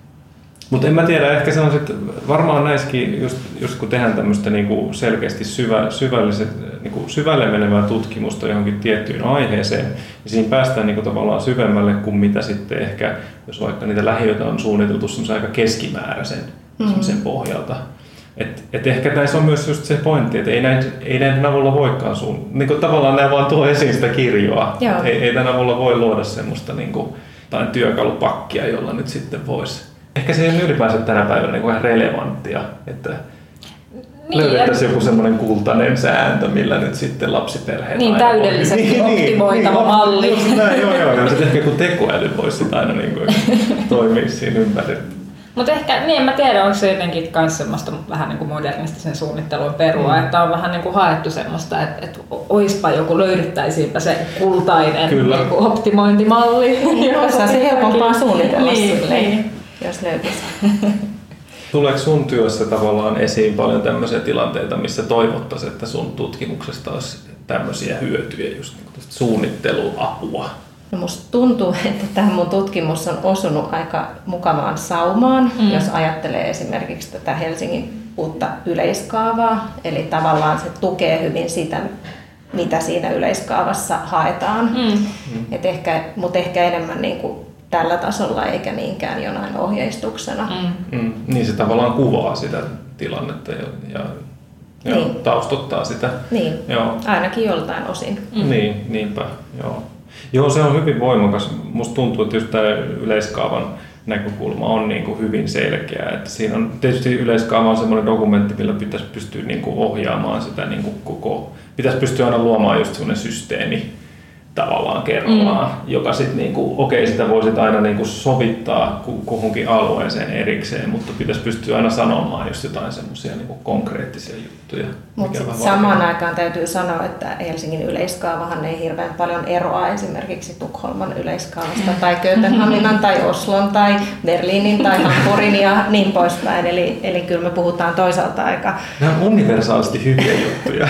Mutta en mä tiedä, ehkä se on sit, varmaan näissäkin, just, just kun tehdään tämmöistä niinku selkeästi syvä, niinku syvälle menevää tutkimusta johonkin tiettyyn aiheeseen, niin siinä päästään niinku tavallaan syvemmälle kuin mitä sitten ehkä, jos vaikka niitä lähiöitä on suunniteltu semmoisen aika keskimääräisen mm-hmm. pohjalta. Et, et ehkä näissä on myös just se pointti, että ei näiden, ei näiden avulla voikaan suun, niinku tavallaan nämä vaan tuo esiin sitä kirjoa. Ei, ei tämän avulla voi luoda semmoista niinku, tai työkalupakkia, jolla nyt sitten voisi. Ehkä se ei ylipäänsä tänä päivänä niin ihan relevanttia, että niin, löydettäisiin joku semmoinen kultainen sääntö, millä nyt sitten lapsiperheet niin, aina täydellisesti niin, optimoitava niin, malli. Just näin, joo, joo. Ja sitten ehkä joku tekoäly voisi sitä aina niin kuin toimia siinä ympäri. Mutta ehkä, niin en mä tiedä, onko se jotenkin myös semmoista vähän niin kuin modernistisen suunnittelun perua, mm. että on vähän niin kuin haettu semmoista, että, että oispa joku, löydettäisiinpä se kultainen niin kuin optimointimalli. Jossa se helpompaa suunnitella niin, silleen, niin. jos löytyisi. Tuleeko sun työssä tavallaan esiin paljon tämmöisiä tilanteita, missä toivottaisiin, että sun tutkimuksesta olisi tämmöisiä hyötyjä, just niin kuin suunnitteluapua? No musta tuntuu, että tämä mun tutkimus on osunut aika mukavaan saumaan, mm. jos ajattelee esimerkiksi tätä Helsingin uutta yleiskaavaa. Eli tavallaan se tukee hyvin sitä, mitä siinä yleiskaavassa haetaan. Mm. Et ehkä, mutta ehkä enemmän niin kuin tällä tasolla eikä niinkään jonain ohjeistuksena. Mm. Mm. Niin se tavallaan kuvaa sitä tilannetta ja, ja, ja niin. taustottaa sitä. Niin, joo. Ainakin joltain osin. Mm. Niin, niinpä, joo. Joo, se on hyvin voimakas. Musta tuntuu, että just tämä yleiskaavan näkökulma on niin kuin hyvin selkeä. Että siinä on, tietysti yleiskaava on semmoinen dokumentti, millä pitäisi pystyä niin kuin ohjaamaan sitä niin kuin koko... Pitäisi pystyä aina luomaan just semmoinen systeemi tavallaan kerrallaan, mm. joka sitten niinku, okei, sitä voisit aina niinku sovittaa kuhunkin alueeseen erikseen, mutta pitäisi pystyä aina sanomaan just jotain semmoisia niinku konkreettisia juttuja. Mutta samaan aikaan täytyy sanoa, että Helsingin yleiskaavahan ei hirveän paljon eroa esimerkiksi Tukholman yleiskaavasta tai Kööpenhaminan tai Oslon tai Berliinin tai Hampurin ja niin poispäin. Eli, eli kyllä me puhutaan toisaalta aika... Nämä on universaalisti hyviä juttuja.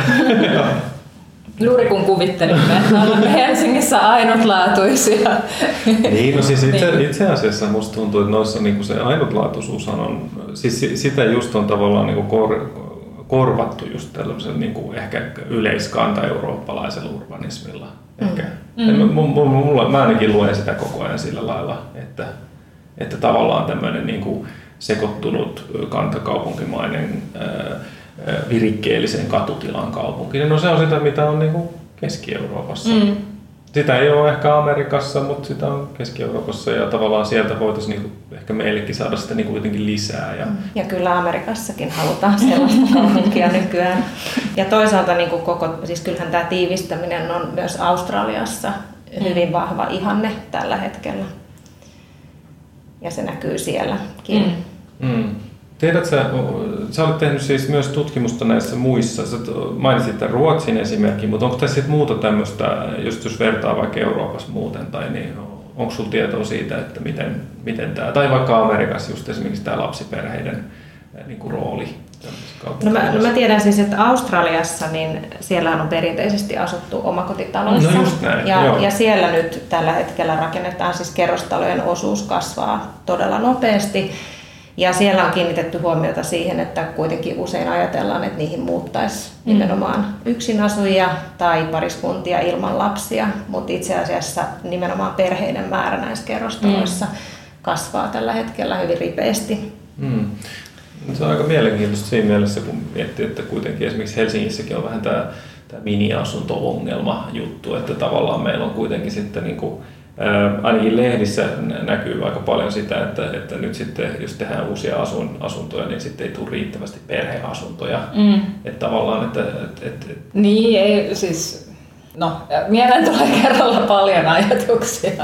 Juuri kun kuvittelimme, että olemme Helsingissä ainutlaatuisia. Niin, no siis itse, itse asiassa musta tuntuu, että noissa niinku se ainutlaatuisuushan on, siis sitä just on tavallaan niinku kor, korvattu just tällaisella niinku ehkä yleiskanta eurooppalaisella urbanismilla. Ehkä. Mm. Mulla, mulla, mä ainakin luen sitä koko ajan sillä lailla, että, että tavallaan tämmöinen niinku sekoittunut kantakaupunkimainen ää, virikkeellisen katutilan kaupunki. No se on sitä, mitä on niin kuin Keski-Euroopassa. Mm. Sitä ei ole ehkä Amerikassa, mutta sitä on Keski-Euroopassa ja tavallaan sieltä voitaisiin niinku ehkä meillekin saada sitä niinku jotenkin lisää. Ja, ja kyllä Amerikassakin halutaan sellaista kaupunkia nykyään. Ja toisaalta niinku koko, siis kyllähän tämä tiivistäminen on myös Australiassa hyvin vahva ihanne tällä hetkellä. Ja se näkyy sielläkin. Mm. Mm. Tiedätkö, sä, sä olet tehnyt siis myös tutkimusta näissä muissa. Sä mainitsit tämän Ruotsin esimerkki, mutta onko tässä muuta tämmöistä, just jos vertaa vaikka Euroopassa muuten, tai niin, onko sulla tietoa siitä, että miten, miten tämä, tai vaikka Amerikassa just esimerkiksi tämä lapsiperheiden niin kuin rooli? No mä, no mä tiedän siis, että Australiassa niin siellä on perinteisesti asuttu omakotitaloissa. No just näin, ja, joo. ja siellä nyt tällä hetkellä rakennetaan siis kerrostalojen osuus kasvaa todella nopeasti. Ja siellä on kiinnitetty huomiota siihen, että kuitenkin usein ajatellaan, että niihin muuttaisi mm. nimenomaan yksinasujia tai pariskuntia ilman lapsia, mutta itse asiassa nimenomaan perheiden määrä näissä kerrostaloissa mm. kasvaa tällä hetkellä hyvin ripeästi. Mm. Se on aika mielenkiintoista siinä mielessä, kun miettii, että kuitenkin esimerkiksi Helsingissäkin on vähän tämä, tämä mini-asunto-ongelma juttu, että tavallaan meillä on kuitenkin sitten niin kuin ainakin lehdissä näkyy aika paljon sitä, että, että nyt sitten jos tehdään uusia asun, asuntoja, niin sitten ei tule riittävästi perheasuntoja. Mm. Että tavallaan, että... että, että niin, ei siis... No, mieleen tulee kerralla paljon ajatuksia.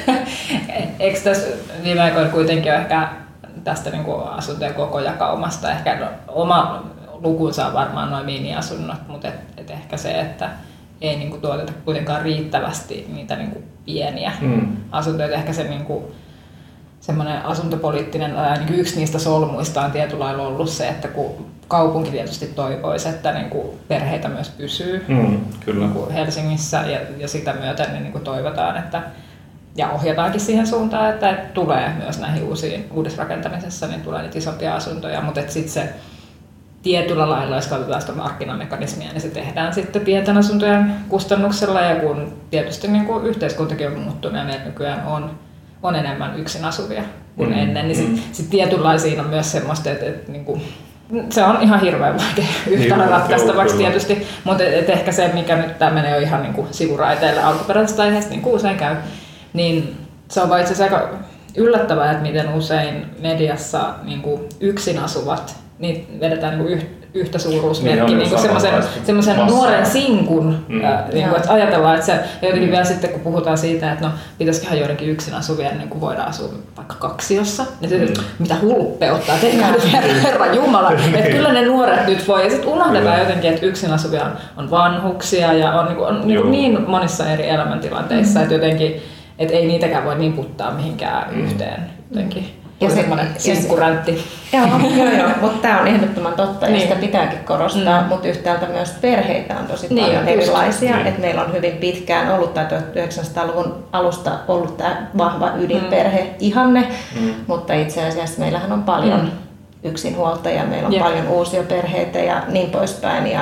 Eikö tässä viime aikoina kuitenkin ole ehkä tästä niin kuin asuntojen kokojakaumasta, ehkä no, oma lukunsa on varmaan noin mini-asunnot, mutta et, et ehkä se, että ei niin kuin tuoteta kuitenkaan riittävästi niitä niin kuin pieniä mm. asuntoja. Ehkä se niin kuin, semmoinen asuntopoliittinen, niin yksi niistä solmuista on tietyllä lailla ollut se, että kun kaupunki tietysti toivoisi, että niin kuin perheitä myös pysyy mm, kyllä. Niin kuin Helsingissä ja, ja sitä myöten niin kuin toivotaan, että ja ohjataankin siihen suuntaan, että tulee myös näihin uusiin uudisrakentamisessa, niin tulee niitä isompia asuntoja, mutta sitten se tietyllä lailla, jos katsotaan sitä markkinamekanismia, niin se tehdään sitten pienten asuntojen kustannuksella, ja kun tietysti niin kuin yhteiskuntakin on muuttunut ja meillä nykyään on, on enemmän yksin asuvia kuin mm, ennen, niin sitten mm. sit tietyllä lailla siinä on myös semmoista, että, että niin kuin, se on ihan hirveän vaikea yhtälö niin, ratkaistavaksi tietysti, mutta et, et ehkä se, mikä nyt tämä menee jo ihan niin kuin sivuraiteille alkuperäisestä aiheesta, niin kuin usein käy, niin se on vaan itse asiassa aika yllättävää, että miten usein mediassa niin kuin yksin asuvat niin vedetään niin kuin yhtä suuruusmerkkiä, niin niin semmoisen, semmoisen nuoren sinkun, mm. ää, niin kuin, että ajatellaan, että se jotenkin mm. vielä sitten, kun puhutaan siitä, että no, pitäisiköhän joidenkin yksin asuvia, niin kuin voidaan asua vaikka kaksiossa, niin sitten, mm. mitä hulppeuttaa, tehdään nyt Herran Jumala, että kyllä ne nuoret nyt voi, ja sitten unohdetaan kyllä. jotenkin, että yksin asuvia on, on vanhuksia ja on, niin, kuin, on niin, niin monissa eri elämäntilanteissa, mm. että jotenkin, että ei niitäkään voi niputtaa mihinkään mm. yhteen jotenkin. Ja semmoinen sinkkuräntti. Joo, joo, joo, mutta tämä on ehdottoman totta ja niin. sitä pitääkin korostaa, mm. mutta yhtäältä myös perheitä on tosi niin, paljon erilaisia. Niin. Että meillä on hyvin pitkään ollut tämä tuhatyhdeksänsataaluvun alusta ollut tämä vahva ydinperhe-ihanne, mm. mutta itse asiassa meillähän on paljon mm. yksinhuoltajia, meillä on yeah. paljon uusia perheitä ja niin poispäin. Ja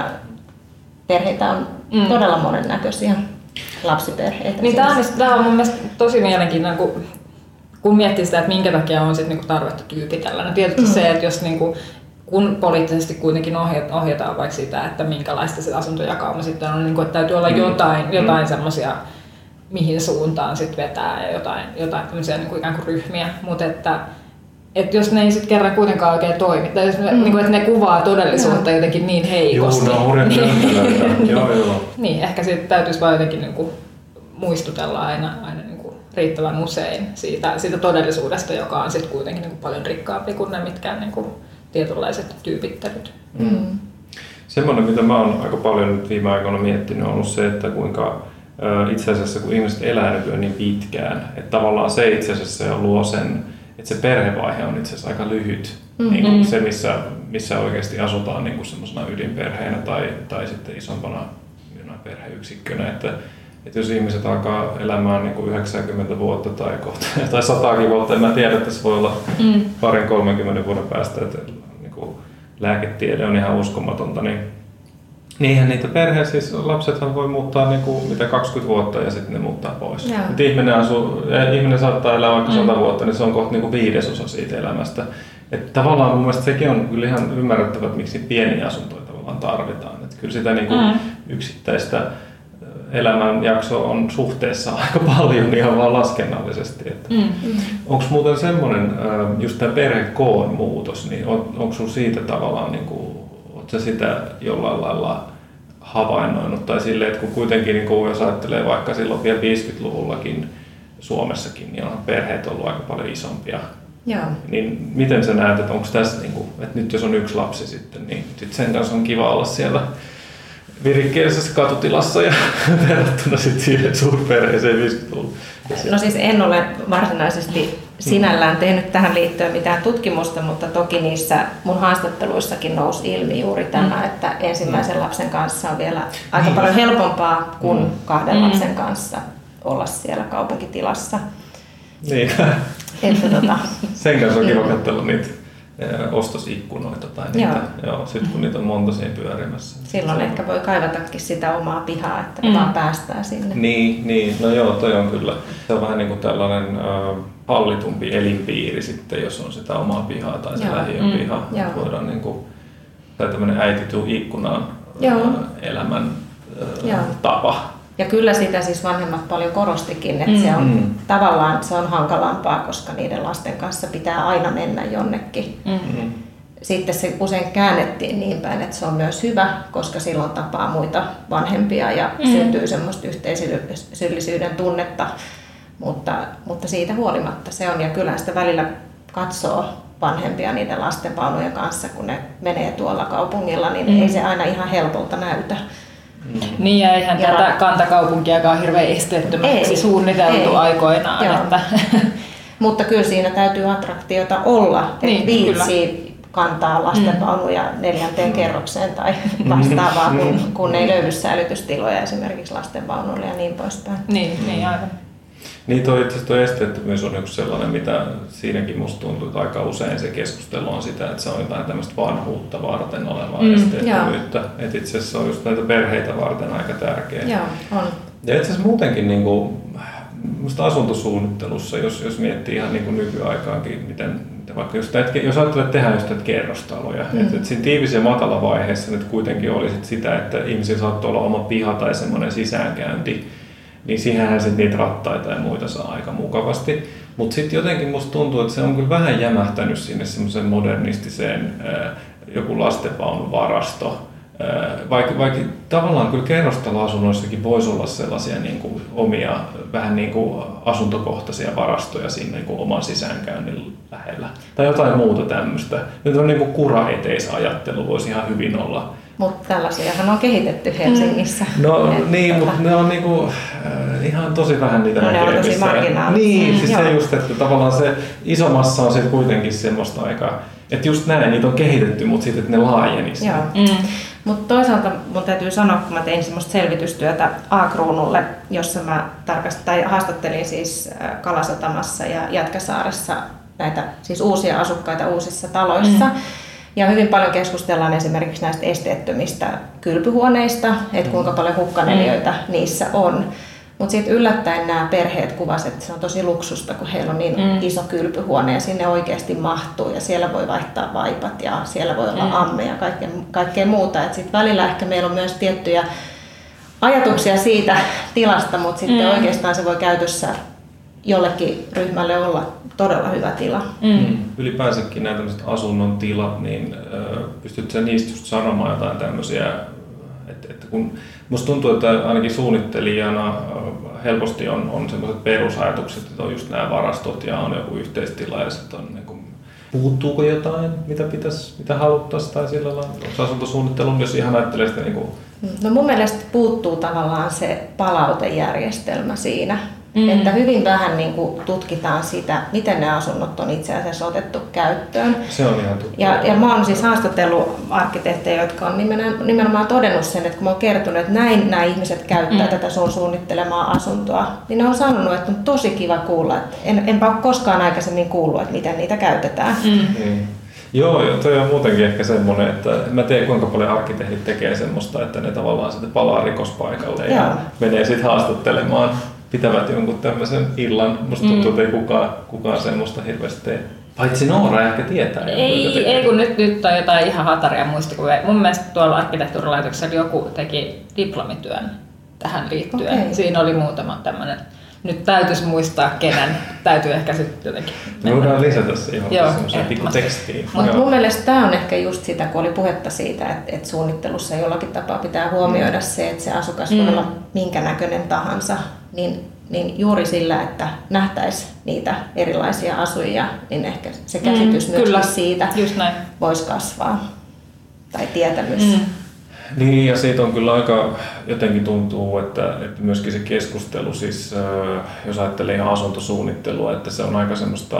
perheitä on mm. todella monennäköisiä, lapsiperheitä. Niin tämä on, tämä on mun mielestä tosi mielenkiintoinen, kun kun miettii sitä, että minkä takia on sit niinku tarvetta tyypitellä. No tietysti mm. se, että jos niinku, kun poliittisesti kuitenkin ohjataan vaikka sitä, että minkälaista se asuntojakauma sitten on, niin että täytyy olla jotain, jotain mm. semmoisia, mihin suuntaan sit vetää ja jotain, jotain tämmöisiä niinku ikään kuin ryhmiä. Mutta että, että jos ne ei sitten kerran kuitenkaan oikein toimi, tai jos ne, mm. niinku, että ne kuvaa todellisuutta no. jotenkin niin heikosti. Joo, no, niin, joo, joo. niin, ehkä siitä täytyisi vaan jotenkin niinku muistutella aina, aina riittävän usein siitä, siitä todellisuudesta, joka on sitten kuitenkin niin kuin paljon rikkaampi kuin ne mitkään niin kuin tietynlaiset tyypittelyt. Mm. Semmoinen, mitä mä oon aika paljon nyt viime aikoina miettinyt, on ollut se, että kuinka itse asiassa kun ihmiset elää nykyään niin pitkään, että tavallaan se itse asiassa luo sen, että se perhevaihe on itse asiassa aika lyhyt. Mm-hmm. Niin kuin se, missä, missä oikeasti asutaan niin kuin semmoisena ydinperheenä tai, tai sitten isompana perheyksikkönä. Että Että jos ihmiset alkaa elämään niin kuin yhdeksänkymmentä vuotta tai, kohta, tai sataakin vuotta, en mä tiedä, että se voi olla mm. parin kolmenkymmenen vuoden päästä, että niin kuin lääketiede on ihan uskomatonta, niin niinhän niitä perheitä, siis lapsethan voi muuttaa niin kuin, mitä kaksikymmentä vuotta ja sitten ne muuttaa pois. Mutta ihminen, asuu, ihminen saattaa elää vaikka mm. sata vuotta, niin se on kohta niin kuin viidesosa siitä elämästä. Että tavallaan mun mielestä sekin on kyllä ihan ymmärrettävä, että miksi pieniä asuntoja tavallaan tarvitaan. Että kyllä sitä niin kuin mm. yksittäistä elämänjakso on suhteessa aika paljon ihan vaan laskennallisesti. Mm. Onko muuten semmoinen, just tämä perhekoon muutos, niin on, onko sinulla siitä tavallaan, niin kuin, oletko sä sitä jollain lailla havainnoinut? Tai silleen, että kun kuitenkin, niin kuin jos ajattelee vaikka silloin vielä viisikymmentäluvullakin Suomessakin, niin on perheet ollut aika paljon isompia. Joo. Niin miten sä näet, että onko tässä, niin kuin, että nyt jos on yksi lapsi sitten, niin sit sen kanssa on kiva olla siellä virikkeellisessä katutilassa ja verrattuna sitten siihen suurperheeseen viisikymmentäluvulla? No siis en ole varsinaisesti sinällään tehnyt tähän liittyen mitään tutkimusta, mutta toki niissä mun haastatteluissakin nousi ilmi juuri tämä, että ensimmäisen lapsen kanssa on vielä aika paljon helpompaa kuin kahden lapsen kanssa olla siellä kaupunkitilassa. Niin. Että, tota, sen kanssa on kiva katsella niitä ostosikkunoita tai niitä, joo. Joo, sit kun niitä on monta siinä pyörimässä. Silloin ehkä voi kaivatakin sitä omaa pihaa, että mm. vaan päästään sinne. Niin, niin, no joo, toi on kyllä. Se on vähän niin kuin tällainen äh, hallitumpi elinpiiri sitten, jos on sitä omaa pihaa tai se joo. lähiön mm. piha. Voidaan niin kuin, tai tämmöinen äiti tuu ikkunaan äh, elämän äh, tapa. Ja kyllä sitä siis vanhemmat paljon korostikin, että mm. se on mm. tavallaan se on hankalampaa, koska niiden lasten kanssa pitää aina mennä jonnekin. Mm. Sitten se usein käännettiin niin päin, että se on myös hyvä, koska silloin tapaa muita vanhempia ja mm. syntyy semmoista yhteisöllisyyden tunnetta, mutta, mutta siitä huolimatta se on. Ja kyllä sitä välillä katsoo vanhempia niiden lastenvaunujen kanssa, kun ne menee tuolla kaupungilla, niin mm. ei se aina ihan helpolta näytä. Mm. Niin ja eihän ja tätä kantakaupunkiakaan hirveän esteettömäksi ei, suunniteltu ei. aikoinaan. Että. Mutta kyllä siinä täytyy attraktiota olla, niin, että viitsii kantaa lastenvaunuja mm. neljänteen kerrokseen tai vastaavaa, kun, kun ei löydy säilytystiloja esimerkiksi lastenvaunuille ja niin poispäin. Niin, mm. niin aivan. Niin toi, itse asiassa tuo esteettömyys on yksi sellainen, mitä siinäkin musta tuntuu, että aika usein se keskustelu on sitä, että se on jotain tämmöistä vanhuutta varten olevaa mm, esteettömyyttä. Että itse asiassa on just näitä perheitä varten aika tärkeä. Joo, on. Ja itse asiassa muutenkin niin kuin, musta asuntosuunnittelussa, jos, jos miettii ihan niin kuin nykyaikaankin, miten, vaikka jos, teet, jos ajattelee, että tehdään just kerrostaloja, mm. että, että siinä tiivis- ja matala vaiheessa nyt kuitenkin oli sit sitä, että ihmisillä saattoi olla oma piha tai semmoinen sisäänkäynti, niin siihenhän sitten niitä rattaita ja muita saa aika mukavasti. Mutta sitten jotenkin musta tuntuu, että se on kyllä vähän jämähtänyt sinne semmoiseen modernistiseen ää, joku lastenvaunuvarasto. Vaikka, vaikka tavallaan kyllä kerrostaloasunnoissakin voisi olla sellaisia niin kuin omia, vähän niin kuin asuntokohtaisia varastoja siinä niin kuin oman sisäänkäynnin lähellä. Tai jotain muuta tämmöistä. Nyt on niin kuin kuraeteisajattelu voisi ihan hyvin olla. Mutta tällaisiahan on kehitetty Helsingissä. No et, niin, tota... mutta ne on niinku, äh, ihan tosi vähän niitä no, näkee. Ne on tosi marginaalisia. Niin, siis se just, että tavallaan se iso massa on sitten kuitenkin semmoista aikaa, että just näin, niitä on kehitetty, mutta sitten että ne laajenisi. Joo. Mm. Mutta toisaalta mun täytyy sanoa, kun mä tein semmoista selvitystyötä A-Kruunulle, jossa mä tarkastin, tai haastattelin siis Kalasatamassa ja Jätkäsaaressa näitä siis uusia asukkaita uusissa taloissa. Mm. Ja hyvin paljon keskustellaan esimerkiksi näistä esteettömistä kylpyhuoneista, että kuinka paljon hukkaneliöitä mm. niissä on. Mutta sitten yllättäen nämä perheet kuvasivat, että se on tosi luksusta, kun heillä on niin mm. iso kylpyhuone ja sinne oikeasti mahtuu ja siellä voi vaihtaa vaipat ja siellä voi olla mm. amme ja kaikkea, kaikkea muuta. Sitten välillä ehkä meillä on myös tiettyjä ajatuksia siitä tilasta, mutta sitten mm. oikeastaan se voi käytössä jollekin ryhmälle olla todella hyvä tila. Mm. Ylipäänsäkin nämä tämmöiset asunnon tilat, niin äh, pystytkö sä niistä just sanomaan jotain tämmöisiä, että, että kun musta tuntuu, että ainakin suunnittelijana äh, helposti on, on semmoiset perusajatukset, että on just nämä varastot ja on joku yhteistila ja sitten on niin kuin, puuttuuko jotain, mitä pitäisi, mitä haluttaisiin tai sillä lailla, onko asuntosuunnittelun, jos ihan ajattelee sitä niin kuin... No mun mielestä puuttuu tavallaan se palautejärjestelmä siinä. Mm. Että hyvin vähän niin kuin tutkitaan sitä, miten ne asunnot on itse asiassa otettu käyttöön. Se on ihan tuttu. Ja, ja mä oon siis haastatellut arkkitehtejä, jotka on nimenomaan todennut sen, että kun mä oon kertonut, että näin nämä ihmiset käyttää mm. tätä sun suunnittelemaa asuntoa, niin ne on sanonut, että on tosi kiva kuulla. Että en, enpä ole koskaan aikaisemmin kuullut, että miten niitä käytetään. Mm. Mm. Joo, toi on muutenkin ehkä semmoinen, että mä tiedän kuinka paljon arkkitehdit tekee semmoista, että ne tavallaan sitten palaa rikospaikalle ja, ja menee sitten haastattelemaan. Pitävät jonkun tämmöisen illan. Musta tuntuu, että ei kukaan, kukaan semmoista hirveästi tee. Paitsi Noora ehkä tietää. Ei, ei kun nyt, nyt on jotain ihan hataria muistikuvia. Mun mielestä tuolla arkkitehtuurilaitoksella joku teki diplomityön tähän liittyen. Okei. Siinä oli muutama tämmöinen. Nyt täytyisi muistaa kenen. Täytyy ehkä sitten jotenkin Me voidaan lisätä siihen Joo, semmoiseen pikku tekstiin. Mutta Joo. mun mielestä tämä on ehkä just sitä, kun oli puhetta siitä, että, että suunnittelussa jollakin tapaa pitää huomioida se, että se asukas voi Mm. olla minkä näköinen tahansa, niin, niin juuri sillä, että nähtäisi niitä erilaisia asujia, niin ehkä se käsitys Mm, myöskin kyllä. siitä Just näin. voisi kasvaa. Tai tietämys. Mm. Niin, ja siitä on kyllä aika, jotenkin tuntuu, että, että myöskin se keskustelu, siis jos ajattelee ihan asuntosuunnittelua, että se on aika semmoista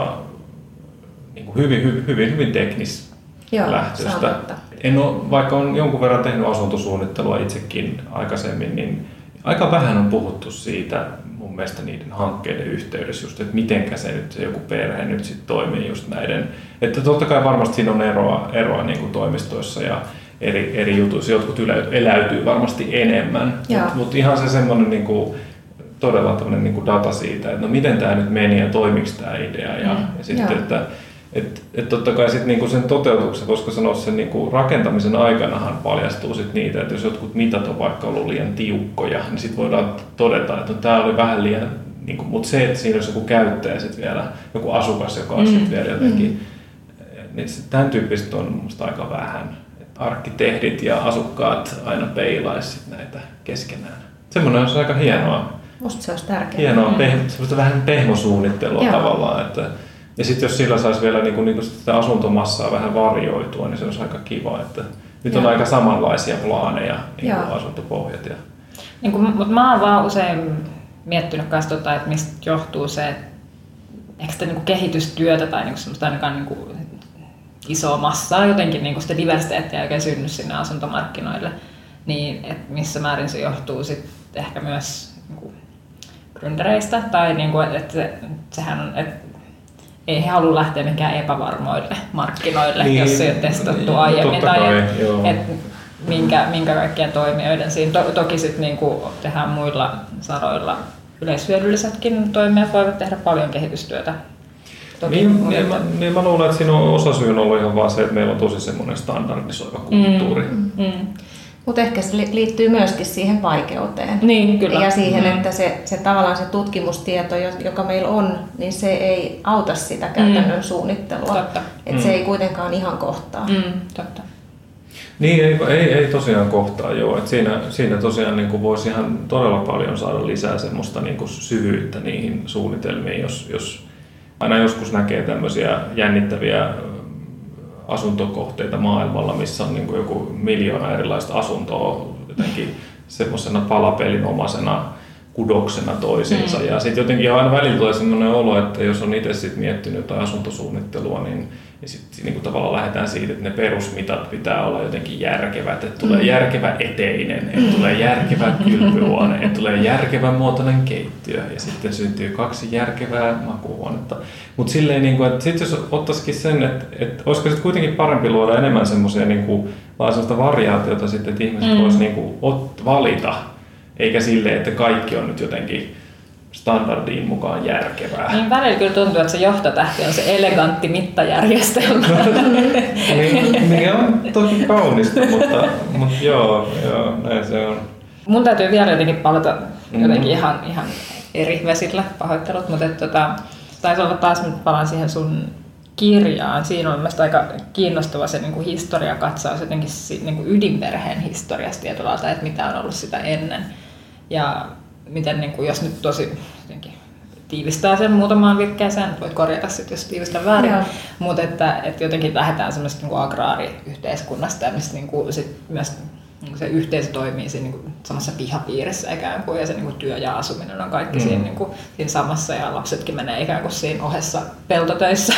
niin kuin hyvin, hyvin, hyvin, hyvin teknis Joo, lähtöistä. se on totta. En ole, vaikka olen jonkun verran tehnyt asuntosuunnittelua itsekin aikaisemmin, niin aika vähän on puhuttu siitä mun mielestä niiden hankkeiden yhteydessä, just, että mitenkä se nyt se joku perhe nyt sitten toimii just näiden. Että totta kai varmasti siinä on eroa, eroa niin kuin toimistoissa ja eri, eri jutuissa. Jotkut eläytyy varmasti enemmän, mutta mut ihan se semmoinen niin kuin, todella tämmöinen niin kuin data siitä, että no miten tämä nyt meni ja toimiko tämä idea. Ja, Mm. ja sitten, että et, et totta kai sit niinku sen toteutuksen, koska sanoa sen niinku rakentamisen aikanahan paljastuu sit niitä, että jos jotkut mitat on vaikka ollut liian tiukkoja, niin sitten voidaan todeta, että no, tämä oli vähän liian, niinku, mutta se, että siinä olisi joku käyttäjä sit vielä, joku asukas, joka on mm. sit vielä jotenkin, mm. niin tämän tyyppistä on minusta aika vähän. Että arkkitehdit ja asukkaat aina peilaisivat näitä keskenään. Semmoinen olisi aika hienoa. Musta se olisi tärkeää. Hienoa, mm. peh- semmoista vähän pehmosuunnittelua Joo. tavallaan. Että, ja sitten jos sillä saisi vielä niinku, niinku sitä asuntomassaa vähän varjoitua, niin se olisi aika kiva. Että nyt on Joo. aika samanlaisia plaaneja, niin Joo. asuntopohjat. Ja... Niin kuin, mutta mä oon vaan usein miettinyt kanssa, tota, että mistä johtuu se, että eikö sitä niin kehitystyötä tai niin semmoista ainakaan niin isoa massaa jotenkin niin sitä diversiteettiä oikein synny sinne asuntomarkkinoille, niin että missä määrin se johtuu sitten ehkä myös niin gründereistä tai niin kuin, että se, sehän on, että ei he halua lähteä mikään epävarmoille markkinoille, niin, jos se ei ole testattu niin, aiemmin tai kai, että minkä, minkä kaikkien toimijoiden siinä. To, toki sitten niin kuin tehdään muilla saroilla yleishyödyllisetkin toimijat voivat tehdä paljon kehitystyötä. Toki, niin, niin, mä, niin mä luulen, että siinä on osa syyn ollut ihan vaan se, että meillä on tosi semmoinen standardisoiva kulttuuri. Mm, mm. Mutta ehkä se liittyy myöskin siihen vaikeuteen. Niin, kyllä. Ja siihen, mm. että se, se tavallaan se tutkimustieto, joka meillä on, niin se ei auta sitä käytännön mm. suunnittelua. Totta. Että mm. se ei kuitenkaan ihan kohtaa. Mm, totta. Niin, ei, ei, ei tosiaan kohtaa joo. Et siinä, siinä tosiaan niin kuin voisi ihan todella paljon saada lisää semmoista niin kuin syvyyttä niihin suunnitelmiin, jos, jos aina joskus näkee tämmöisiä jännittäviä asuntokohteita maailmalla, missä on niin kuin joku miljoona erilaista asuntoa jotenkin semmoisena palapelinomaisena kudoksena toisiinsa. Mm. Ja sitten jotenkin aina välillä tulee semmoinen olo, että jos on itse sit miettinyt jotain asuntosuunnittelua, niin ja sitten niin tavallaan lähdetään siitä, että ne perusmitat pitää olla jotenkin järkevät, että tulee järkevä eteinen, että tulee järkevä kylpyhuone, että tulee järkevän muotoinen keittiö ja sitten syntyy kaksi järkevää makuuhuonetta. Mutta silleen, niin kuin, että sitten jos ottaisikin sen, että, että olisiko sitten kuitenkin parempi luoda enemmän semmoisia niin kuin, vaan semmoista variaatiota sitten, että ihmiset mm. voisivat niin kuin, ot, valita, eikä silleen, että kaikki on nyt jotenkin standardiin mukaan järkevää. Niin välillä kyllä tuntuu, että se johtotähti on se elegantti mittajärjestelmä. niin, niin on toki kaunista, mutta, mutta joo, joo, näin se on. Mun täytyy vielä jotenkin palata jotenkin mm-hmm. ihan, ihan eri vesillä, pahoittelut, mutta että, tota, taisi olla taas, nyt palaan siihen sun kirjaan. Siinä on mielestäni aika kiinnostava se niin kuin historiakatsaus jotenkin niin kuin ydinperheen historiasta tietyllä lailla, että mitä on ollut sitä ennen. Ja miten, niin kuin, jos nyt tosi jotenkin tiivistää sen muutamaan virkkeeseen, voit korjata sitten, jos tiivistän väärin, Joo. mutta että, että jotenkin lähdetään semmoisesta niin kuin agraariyhteiskunnasta, ja mistä niin kuin, sit myös niin kuin se yhteisö toimii siinä niin kuin samassa pihapiirissä ikään kuin, ja se niin kuin työ ja asuminen on kaikki mm. siinä, niin kuin, siinä samassa, ja lapsetkin menee ikään kuin siinä ohessa peltotöissä.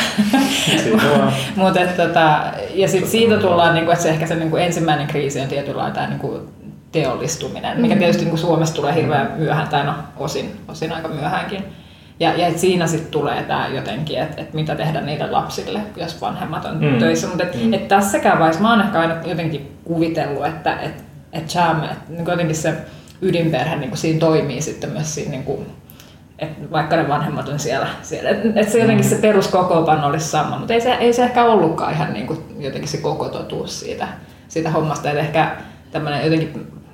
Mut, että, tota, ja sitten siitä tullaan, niin kuin, että se ehkä se niin kuin ensimmäinen kriisi on tietynlainen tämä niin kuin teollistuminen, mikä tietysti niin kuin Suomessa tulee hirveän myöhään, tai no osin, osin aika myöhäänkin. Ja, ja siinä sitten tulee tämä jotenkin, että et mitä tehdä niille lapsille, jos vanhemmat on mm. töissä. Mutta et, mm. et tässäkään vaiheessa mä oon ehkä aina jotenkin kuvitellut, että et, et jam, et, niin jotenkin se ydinperhe niin siinä toimii sitten myös siinä, niin kuin, että vaikka ne vanhemmat on siellä, siellä että et se jotenkin se peruskokoonpano olisi sama, mutta ei se, ei se ehkä ollutkaan ihan niin kuin jotenkin se koko totuus siitä, siitä hommasta, että ehkä tämmöinen jotenkin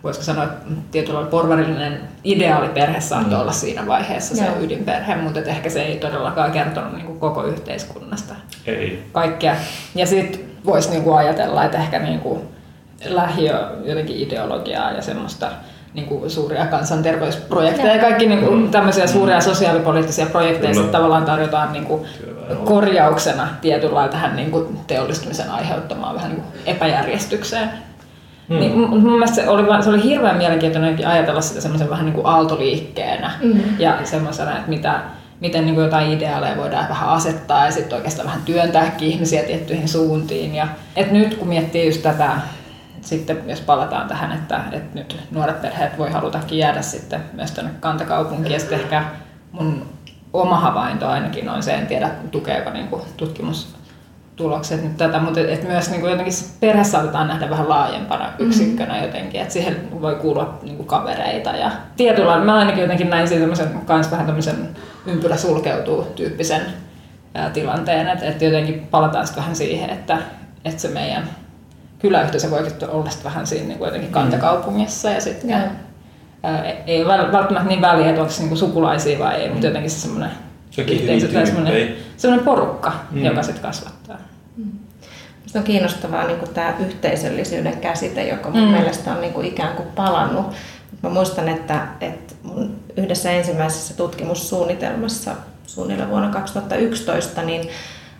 voisiko sanoa, että tietyllä porvarillinen ideaaliperhe saattoi mm. olla siinä vaiheessa se Joo. ydinperhe, mutta ehkä se ei todellakaan kertonut niin kuin koko yhteiskunnasta ei. kaikkea. Ja sitten voisi niin kuin ajatella, että ehkä niin kuin lähiö jotenkin ideologiaa ja semmoista niin kuin suuria kansanterveysprojekteja ja kaikki niin kuin tämmöisiä suuria sosiaalipoliittisia projekteja sitten tavallaan tarjotaan niin kuin korjauksena tietyllä tähän niin kuin teollistumisen aiheuttamaan vähän niin kuin epäjärjestykseen. Mm. Niin mun mielestä se oli, se oli hirveän mielenkiintoinen ajatella sitä semmoisen vähän niin kuin aaltoliikkeenä mm. ja semmoisena, että mitä, miten niin kuin jotain ideaaleja voidaan vähän asettaa ja sitten oikeastaan vähän työntääkin ihmisiä tiettyihin suuntiin. Ja, et nyt kun miettii just tätä, sitten jos palataan tähän, että, että nyt nuoret perheet voi halutakin jäädä sitten myös tänne kantakaupunkiin ja sitten ehkä mun oma havainto ainakin on se, en tiedä tukeeko niin kuin tutkimustulokset nyt tätä, mutta et, et myös niin kuin jotenkin perhe saatetaan nähdä vähän laajempana yksikkönä mm-hmm. jotenkin, että siihen voi kuulua niin kuin kavereita ja tietyllä, mä ainakin jotenkin näin siitä kans vähän tämmöisen ympyrä sulkeutuu tyyppisen ää, tilanteen, että et jotenkin palataan sitten vähän siihen, että, että se meidän kyläyhteisö voi olla vähän siinä niin kuin jotenkin kantakaupungissa ja sitten mm. ää, ei ole välttämättä niin väliä, että onko se niin kuin sukulaisia vai ei, mutta jotenkin se semmoinen yhteisö tai semmoinen, semmoinen porukka, mm. joka sitten kasvattaa. Mm. Minusta on kiinnostavaa niin kuin tämä yhteisöllisyyden käsite, joka mun mm. mielestä on niin kuin ikään kuin palannut. Mä muistan, että, että mun yhdessä ensimmäisessä tutkimussuunnitelmassa suunnilleen vuonna kaksituhattayksitoista, niin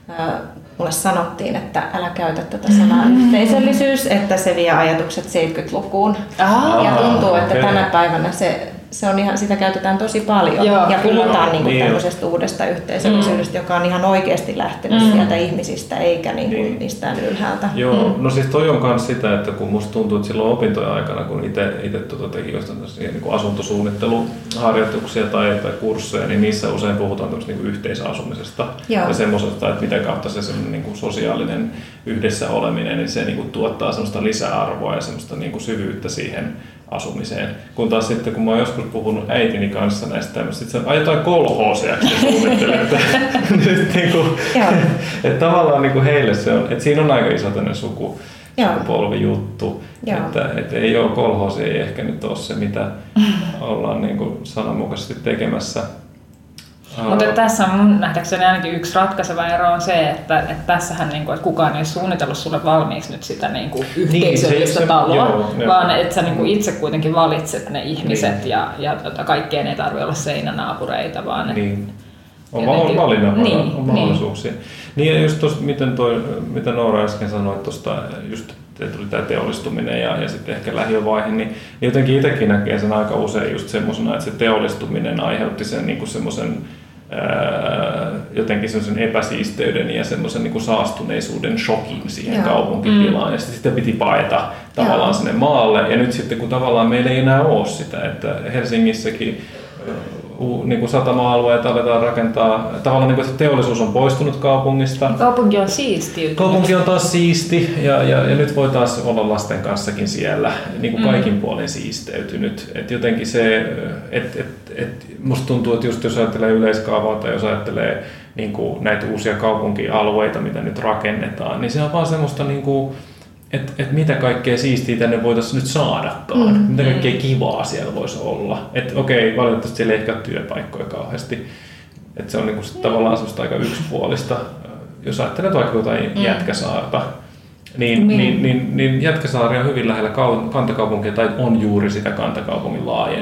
mulle sanottiin, että älä käytä tätä sanaa mm. yhteisöllisyys, että se vie ajatukset seitsemänkymmentälukuun. Aha, ja tuntuu, että okay. tänä päivänä se, se on ihan, sitä käytetään tosi paljon. Joo, ja puhutaan niin kuin tämmöisestä uudesta yhteisöllisyydestä, mm. joka on ihan oikeasti lähtenyt mm. sieltä ihmisistä eikä niin kuin niin. mistään ylhäältä. Joo, mm. no siis toi on myös sitä, että kun musta tuntuu, että silloin opintojen aikana, kun itse tuota teki jostain niin kuin asuntosuunnitteluharjoituksia tai, tai kursseja, niin niissä usein puhutaan niin kuin yhteisasumisesta Joo. ja semmoisesta, että mitä kautta se niin kuin sosiaalinen yhdessä oleminen, niin se niin kuin tuottaa semmoista lisäarvoa ja semmoista niin kuin syvyyttä siihen asumiseen. Kun taas sitten, kun mä oon joskus puhunut äitini kanssa näistä tämmöistä, että sä jotain kolhooseaksi suunnittelette. niinku, että tavallaan niinku heille se on, että siinä on aika iso tämmöinen suku, sukupolvijuttu. Että, että ei ole kolhoosi, ei ehkä nyt ole se, mitä ollaan niinku sananmukaisesti tekemässä. Mutta tässä on mun nähdäkseni ainakin yksi ratkaiseva ero on se, että, että tässähän niin kuin, että kukaan ei ole suunnitellut sulle valmiiksi nyt sitä niin kuin yhteisöllistä niin, taloa, joo, vaan että sä niin kuin itse kuitenkin valitset ne ihmiset niin. ja, ja tota, kaikkeen ei tarvitse olla seinänaapureita, vaan niin. On jotenkin valinnan, niin, on mahdollisuuksia. Niin, niin ja just tuosta, miten, toi, mitä Noora äsken sanoi, tuosta just tuli tämä teollistuminen ja, ja sitten ehkä lähiövaihe, niin jotenkin itsekin näkee sen aika usein just semmoisena, että se teollistuminen aiheutti sen niin kuin semmoisen Öö, jotenkin semmoisen epäsiisteyden ja semmoisen niin kuin saastuneisuuden shokin siihen Joo. kaupunkitilaan. Mm. Ja sitten piti paeta tavallaan Joo. sinne maalle. Ja nyt sitten kun tavallaan meillä ei enää ole sitä, että Helsingissäkin niin kuin satama-alueita aletaan rakentaa. Tavallaan niin kuin teollisuus on poistunut kaupungista. Kaupunki on siisti. Kaupunki on taas siisti ja, ja, ja nyt voi taas olla lasten kanssakin siellä niin kuin kaikin mm. puolin siisteytynyt. Et jotenkin se, että et, et, musta tuntuu, että just jos ajattelee yleiskaavaa tai jos ajattelee niin kuin näitä uusia kaupunkialueita, mitä nyt rakennetaan, niin se on vaan semmoista niin kuin, että et mitä kaikkea siistiä tänne voitaisiin nyt saadakaan, mm. mitä kaikkea kivaa siellä voisi olla. Että okei, valitettavasti siellä ei ehkä ole työpaikkoja kauheasti. Että se on niinku sit tavallaan semmoista aika yksipuolista. Jos ajattelet vaikka jotain mm. Jätkäsaarta, niin, mm. niin, niin, niin Jätkäsaari on hyvin lähellä kantakaupunkia tai on juuri sitä kantakaupungin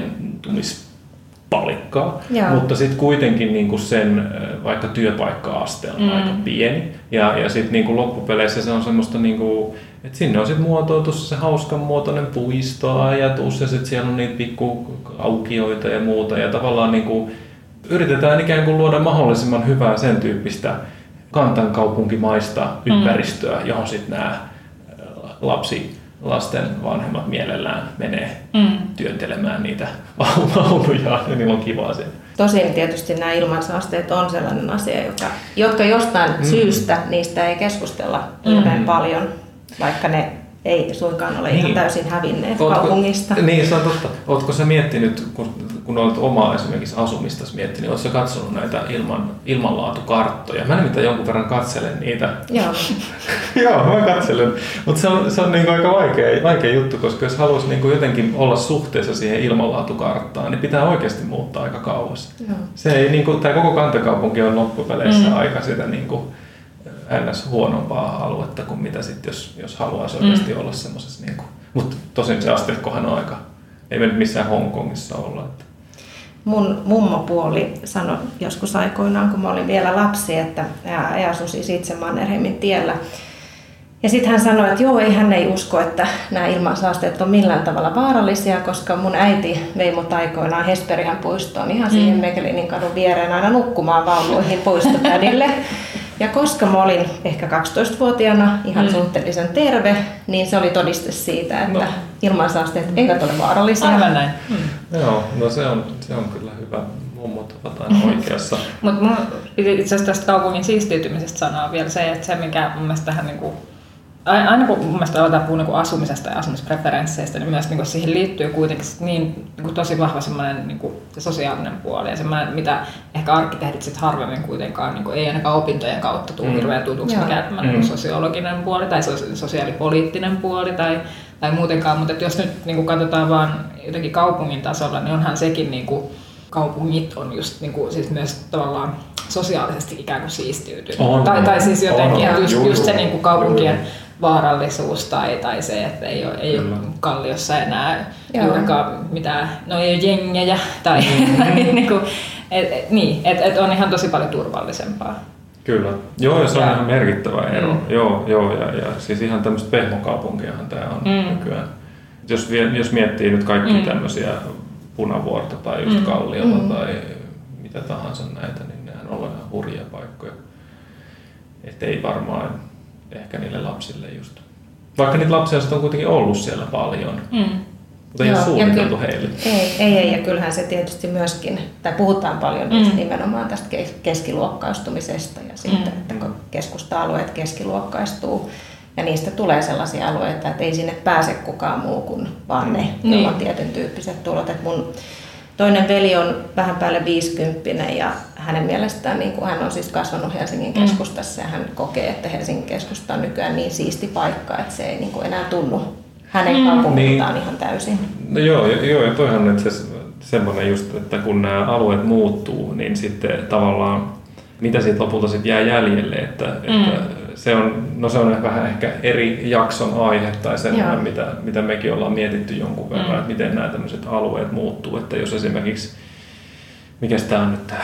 laajentumispalikkaa. Joo. Mutta sitten kuitenkin niinku sen vaikka työpaikka-aste on mm. aika pieni. Ja, ja sitten niinku loppupeleissä se on semmoista niinku, et sinne on sitten muotoiltu se hauskan muotoinen puistoajatus ja sitten siellä on niitä pikku aukioita ja muuta. Ja tavallaan niinku yritetään ikään kuin luoda mahdollisimman hyvää sen tyyppistä kantankaupunkimaista ympäristöä, mm. johon sitten nämä lapsi, lasten vanhemmat mielellään menee mm. työntelemään niitä vaunuja ja niillä on kivaa siellä. Tosin tietysti nämä ilmansaasteet on sellainen asia, joka, jotka jostain mm. syystä niistä ei keskustella hirveän mm. paljon, vaikka ne ei suinkaan ole niin. ihan täysin hävinneet Ootko, kaupungista. Niin, se on totta. Oletko sä miettinyt, kun, kun olet omaa esimerkiksi asumistasi miettinyt, oletko sä katsonut näitä ilman, ilmanlaatukarttoja? Mä nimittäin jonkun verran katselen niitä. Joo. Joo, mä katselen. Mutta se on, se on niinku aika vaikea, vaikea juttu, koska jos haluaisi niinku jotenkin olla suhteessa siihen ilmanlaatukarttaan, niin pitää oikeasti muuttaa aika kauas. Joo. Se ei, niinku, tää koko kantakaupunki on loppupeleissä mm. aika sitä niinku, ns. Huonompaa aluetta kuin mitä sit, jos, jos haluaisi oikeasti mm. olla semmoisessa. Niinku. Mutta tosin se asteikkohan on aika, ei me nyt missään Hongkongissa olla. Että. Mun mummopuoli sanoi joskus aikoinaan, kun mä olin vielä lapsi, että hän asui siis itse Mannerheimin tiellä. Ja sitten hän sanoi, että joo, ei, hän ei usko, että nämä ilmansaasteet on millään tavalla vaarallisia, koska mun äiti vei mut aikoinaan Hesperian puistoon ihan siihen Mekelinin kadun viereen aina nukkumaan vaunuihin puistokädille. Ja koska mä olin ehkä kaksitoistavuotiaana ihan mm. suhteellisen terve, niin se oli todiste siitä, että no. ilmansaasteet eivät ole vaarallisia. Aivan näin. Mm. Joo, no se on, se on kyllä hyvä. Mummot ovat aina oikeassa. Mutta mun piti itse asiassa tästä kaupungin siistiytymisestä sanoa vielä se, että se mikä mun mielestä tähän niinku, aina kun mun mielestä aletaan puhua niinku asumisesta ja asumispreferensseistä, niin myös niinku siihen liittyy kuitenkin niin niinku tosi vahva semmoinen niinku se sosiaalinen puoli ja semmoinen, mitä ehkä arkkitehdit sit harvemmin kuitenkaan niinku, ei ainakaan opintojen kautta tule mm. hirveän tutuksi mikä mm. sosiologinen puoli tai sosiaalipoliittinen puoli tai, tai muutenkaan, mutta jos nyt niinku katsotaan vaan jotenkin kaupungin tasolla, niin onhan sekin niinku, kaupungit on just niinku, siis myös tavallaan sosiaalisesti ikään kuin siistiytynyt. On, tai, tai siis jotenkin on, just, juu, just se niinku kaupunkien juu. vaarallisuus tai, tai se, että ei ole, ei ole Kalliossa enää juurikaan mitään, no ei ole jengejä tai mm-hmm. niinku, et, et, niin, että et on ihan tosi paljon turvallisempaa. Kyllä. Joo, ja se on ja, ihan merkittävä ero. Mm. Joo, joo ja, ja siis ihan tämmöistä pehmokaupunkiahan tämä on mm. nykyään. Jos, jos miettii nyt kaikki mm. tämmöisiä Punavuorta tai just mm. Kalliota mm. tai mitä tahansa näitä, niin nehän on ihan hurjia paikkoja. Että ei varmaan ehkä niille lapsille just. Vaikka niitä lapsia on kuitenkin ollut siellä paljon. Mm. Mutta ei ole suunniteltu heille. Ei, ei, ei, ja kyllähän se tietysti myöskin, tai puhutaan paljon mm. nimenomaan tästä keskiluokkaistumisesta ja siitä, mm. että kun keskusta-alueet keskiluokkaistuu, ja niistä tulee sellaisia alueita, että ei sinne pääse kukaan muu kuin vaan ne, mm. joilla on tietyn tyyppiset tulot. Et mun toinen veli on vähän päälle viisikymppinen ja hänen mielestään, niin kuin hän on siis kasvanut Helsingin keskustassa ja hän kokee, että Helsingin keskusta on nykyään niin siisti paikka, että se ei niin kuin enää tunnu hänen kaupungiltaan niin. ihan täysin. No joo, joo ja toihan nyt se semmoinen just, että kun nämä alueet muuttuu, niin sitten tavallaan mitä siitä lopulta sitten jää jäljelle, että, mm. että se on, no se on vähän ehkä eri jakson aihe tai semmoinen, mitä, mitä mekin ollaan mietitty jonkun verran, mm. että miten nämä tämmöiset alueet muuttuu, että jos esimerkiksi, mikä tämä on nyt,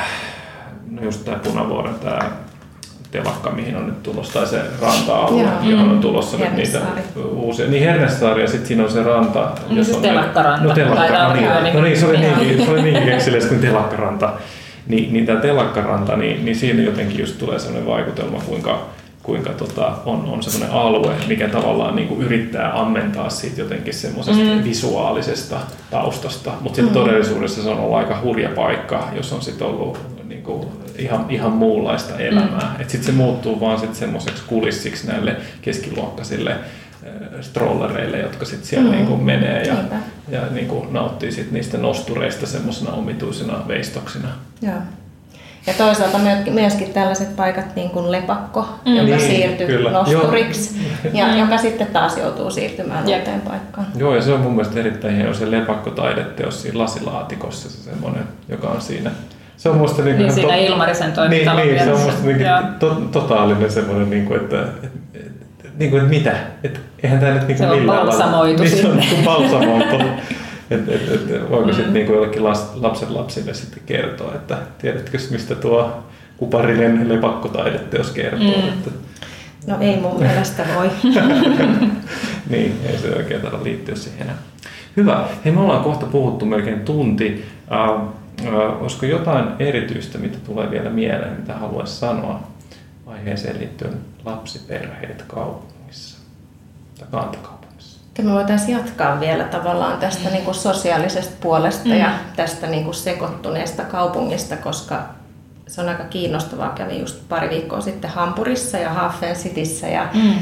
no just tämä Punavuoren tämä telakka, mihin on nyt tulossa, tai se ranta-alue, Joo. johon on tulossa nyt niitä uusia, niin Hernesaari ja sitten siinä on se ranta. No jos on telakkaranta. No telakkaranta, niin, no niin, se oli niinkin, se oli niinkin kekseliäs kuin telakkaranta. Niin, niin tämä telakkaranta, niin, niin siinä jotenkin just tulee sellainen vaikutelma, kuinka, kuinka tota, on, on sellainen alue, mikä tavallaan niin kuin yrittää ammentaa siitä jotenkin semmoisesta mm. visuaalisesta taustasta. Mutta sitten mm. todellisuudessa se on ollut aika hurja paikka, jos on sitten ollut niin kuin ihan, ihan muunlaista elämää. Mm. Että sitten se muuttuu vaan sitten semmoiseksi kulissiksi näille keskiluokkaisille strollereille, jotka sitten siellä mm. niinku menee ja, ja niinku nauttii sit niistä nostureista semmoisena omituisena veistoksina. Joo. Ja toisaalta myöskin tällaiset paikat niin kuin Lepakko, mm. joka niin, siirtyy kyllä. nosturiksi ja joka sitten taas joutuu siirtymään Jep. uuteen paikkaan. Joo, ja se on mun mielestä erittäin hieno se Lepakko-taideteos siinä lasilaatikossa, se semmoinen, joka on siinä. Se on musta niin, niin siinä to... Ilmarisen toimitalon niin, niin, se on musta niin, to, totaalinen semmoinen, niin kuin, että niin kuin, että mitä? Et, eihän tämä nyt niinku millään lailla. Se on balsamoitu niin, sinne. Se on balsamoitu. et, et, et, voiko mm. sitten niinku jollekin lapsen lapsille sitten kertoa, että tiedätkö mistä tuo kuparinen lepakkotaideteos kertoo? Mm. Että... No ei mun mielestä voi. Niin, ei se oikein tarvitse liittyä siihen enää. Hyvä. Hei, me ollaan kohta puhuttu melkein tunti. Uh, uh, olisiko jotain erityistä, mitä tulee vielä mieleen, mitä haluaisi sanoa aiheeseen liittyen lapsiperheet kaupungissa tai kantakaupungissa? Me voitaisiin jatkaa vielä tavallaan tästä niin kuin sosiaalisesta puolesta mm. ja tästä niin kuin sekoittuneesta kaupungista, koska se on aika kiinnostavaa. Kävin just pari viikkoa sitten Hampurissa ja Hafen Cityssä ja mm.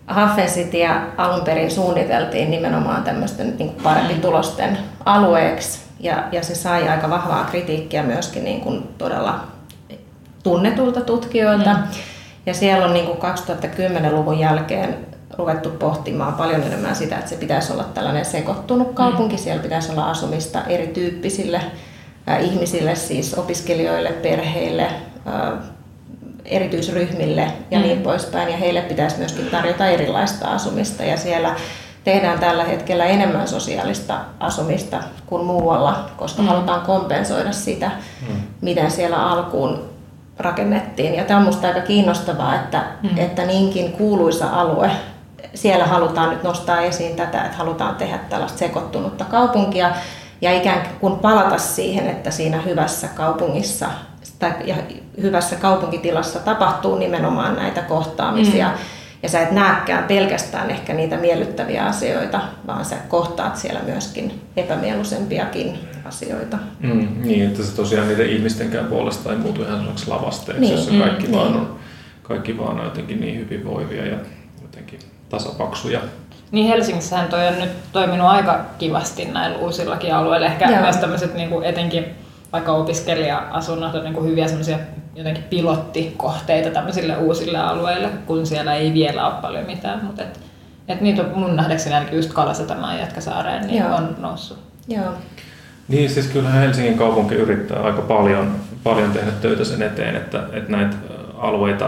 Hafensitia alun perin suunniteltiin nimenomaan tämmöisten niin kuin parempitulosten alueeksi ja, ja se sai aika vahvaa kritiikkiä myöskin niin kuin todella tunnetulta tutkijoilta. Mm. Ja siellä on niin kuin kaksituhattakymmenluvun jälkeen ruvettu pohtimaan paljon enemmän sitä, että se pitäisi olla tällainen sekoittunut kaupunki. Mm. Siellä pitäisi olla asumista erityyppisille äh, ihmisille, siis opiskelijoille, perheille, äh, erityisryhmille ja mm. niin poispäin. Ja heille pitäisi myöskin tarjota erilaista asumista. Ja siellä tehdään tällä hetkellä enemmän sosiaalista asumista kuin muualla, koska mm. halutaan kompensoida sitä, mm. miten siellä alkuun rakennettiin. Ja tämä on minusta aika kiinnostavaa, että, mm. että niinkin kuuluisa alue, siellä halutaan nyt nostaa esiin tätä, että halutaan tehdä tällaista sekoittunutta kaupunkia ja ikään kuin palata siihen, että siinä hyvässä kaupungissa tai ja hyvässä kaupunkitilassa tapahtuu nimenomaan näitä kohtaamisia. Mm. Ja sä et näekään pelkästään ehkä niitä miellyttäviä asioita, vaan sä kohtaat siellä myöskin epämieluisempiakin asioita. Mm, niin, että se tosiaan niiden ihmistenkään puolesta ei muutu ihan sellaiksi lavasteeksi, niin, jossa kaikki, mm, vaan niin. on, kaikki vaan on jotenkin niin hyvinvoivia ja jotenkin tasapaksuja. Niin Helsingissähän toi on nyt toiminut aika kivasti näillä uusillakin alueilla. Ehkä Joo. myös tämmöiset niin kuin etenkin vaikka opiskelija-asunnot on niin kuin hyviä semmoisia jotenkin pilottikohteita tämmöisille uusille alueille, kun siellä ei vielä ole paljon mitään. Mutta et, et niitä on mun nähdäkseni ainakin just Kalasatamaan ja Jätkäsaareen niin on noussut. Joo. Niin, siis kyllähän Helsingin kaupunki yrittää aika paljon, paljon tehdä töitä sen eteen, että, että näitä alueita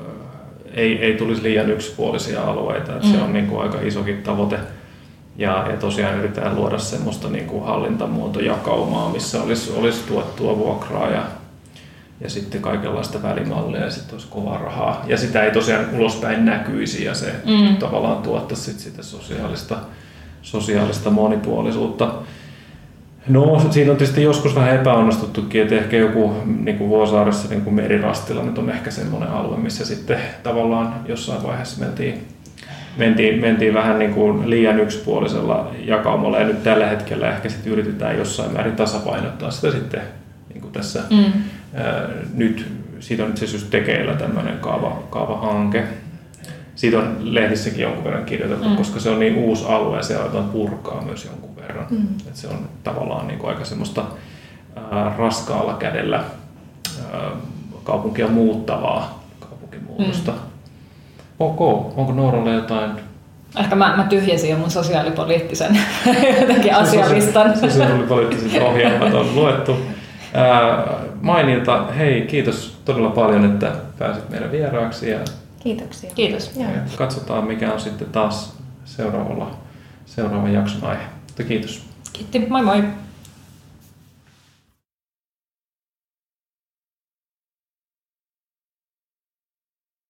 ei, ei tulisi liian yksipuolisia alueita. Että mm. Se on niin kuin aika isokin tavoite. Ja, ja tosiaan yritetään luoda semmoista niin kuin hallintamuotojakaumaa, missä olisi, olisi tuettua vuokraa ja, ja sitten kaikenlaista välimallia ja sitten olisi kovaa rahaa. Ja sitä ei tosiaan ulospäin näkyisi ja se mm. tavallaan tuottaisi sit sitä sosiaalista, sosiaalista monipuolisuutta. No, siinä on tietysti joskus vähän epäonnistuttukin, että ehkä joku niin kuin Vuosaaressa, niin kuin Merirastilla nyt on ehkä semmoinen alue, missä sitten tavallaan jossain vaiheessa mentiin Mentiin, mentiin vähän niin kuin liian yksipuolisella jakaumalla ja nyt tällä hetkellä ehkä sitten yritetään jossain määrin tasapainottaa sitä sitten niin kuin tässä. Mm. Ää, nyt siitä on itse asiassa tekeillä tämmöinen kaava, kaavahanke. Siitä on lehdissäkin jonkun verran kirjoitettu, mm. koska se on niin uusi alue ja se aletaan purkaa myös jonkun verran. Mm. Et se on tavallaan niin kuin aika semmoista ää, raskaalla kädellä ää, kaupunkia muuttavaa kaupunkimuutosta. Mm. Ok, onko Nooralla jotain? Ehkä mä, mä tyhjäsin jo mun sosiaalipoliittisen jotenkin asialistan. Sosiaalipoliittiset ohjelmat on luettu. Ää, mainilta, hei, kiitos todella paljon, että pääsit meidän vieraaksi. Ja Kiitoksia. Kiitos. Ja katsotaan, mikä on sitten taas seuraavalla, seuraavan jakson aihe. Mutta kiitos. Kiitti, moi moi.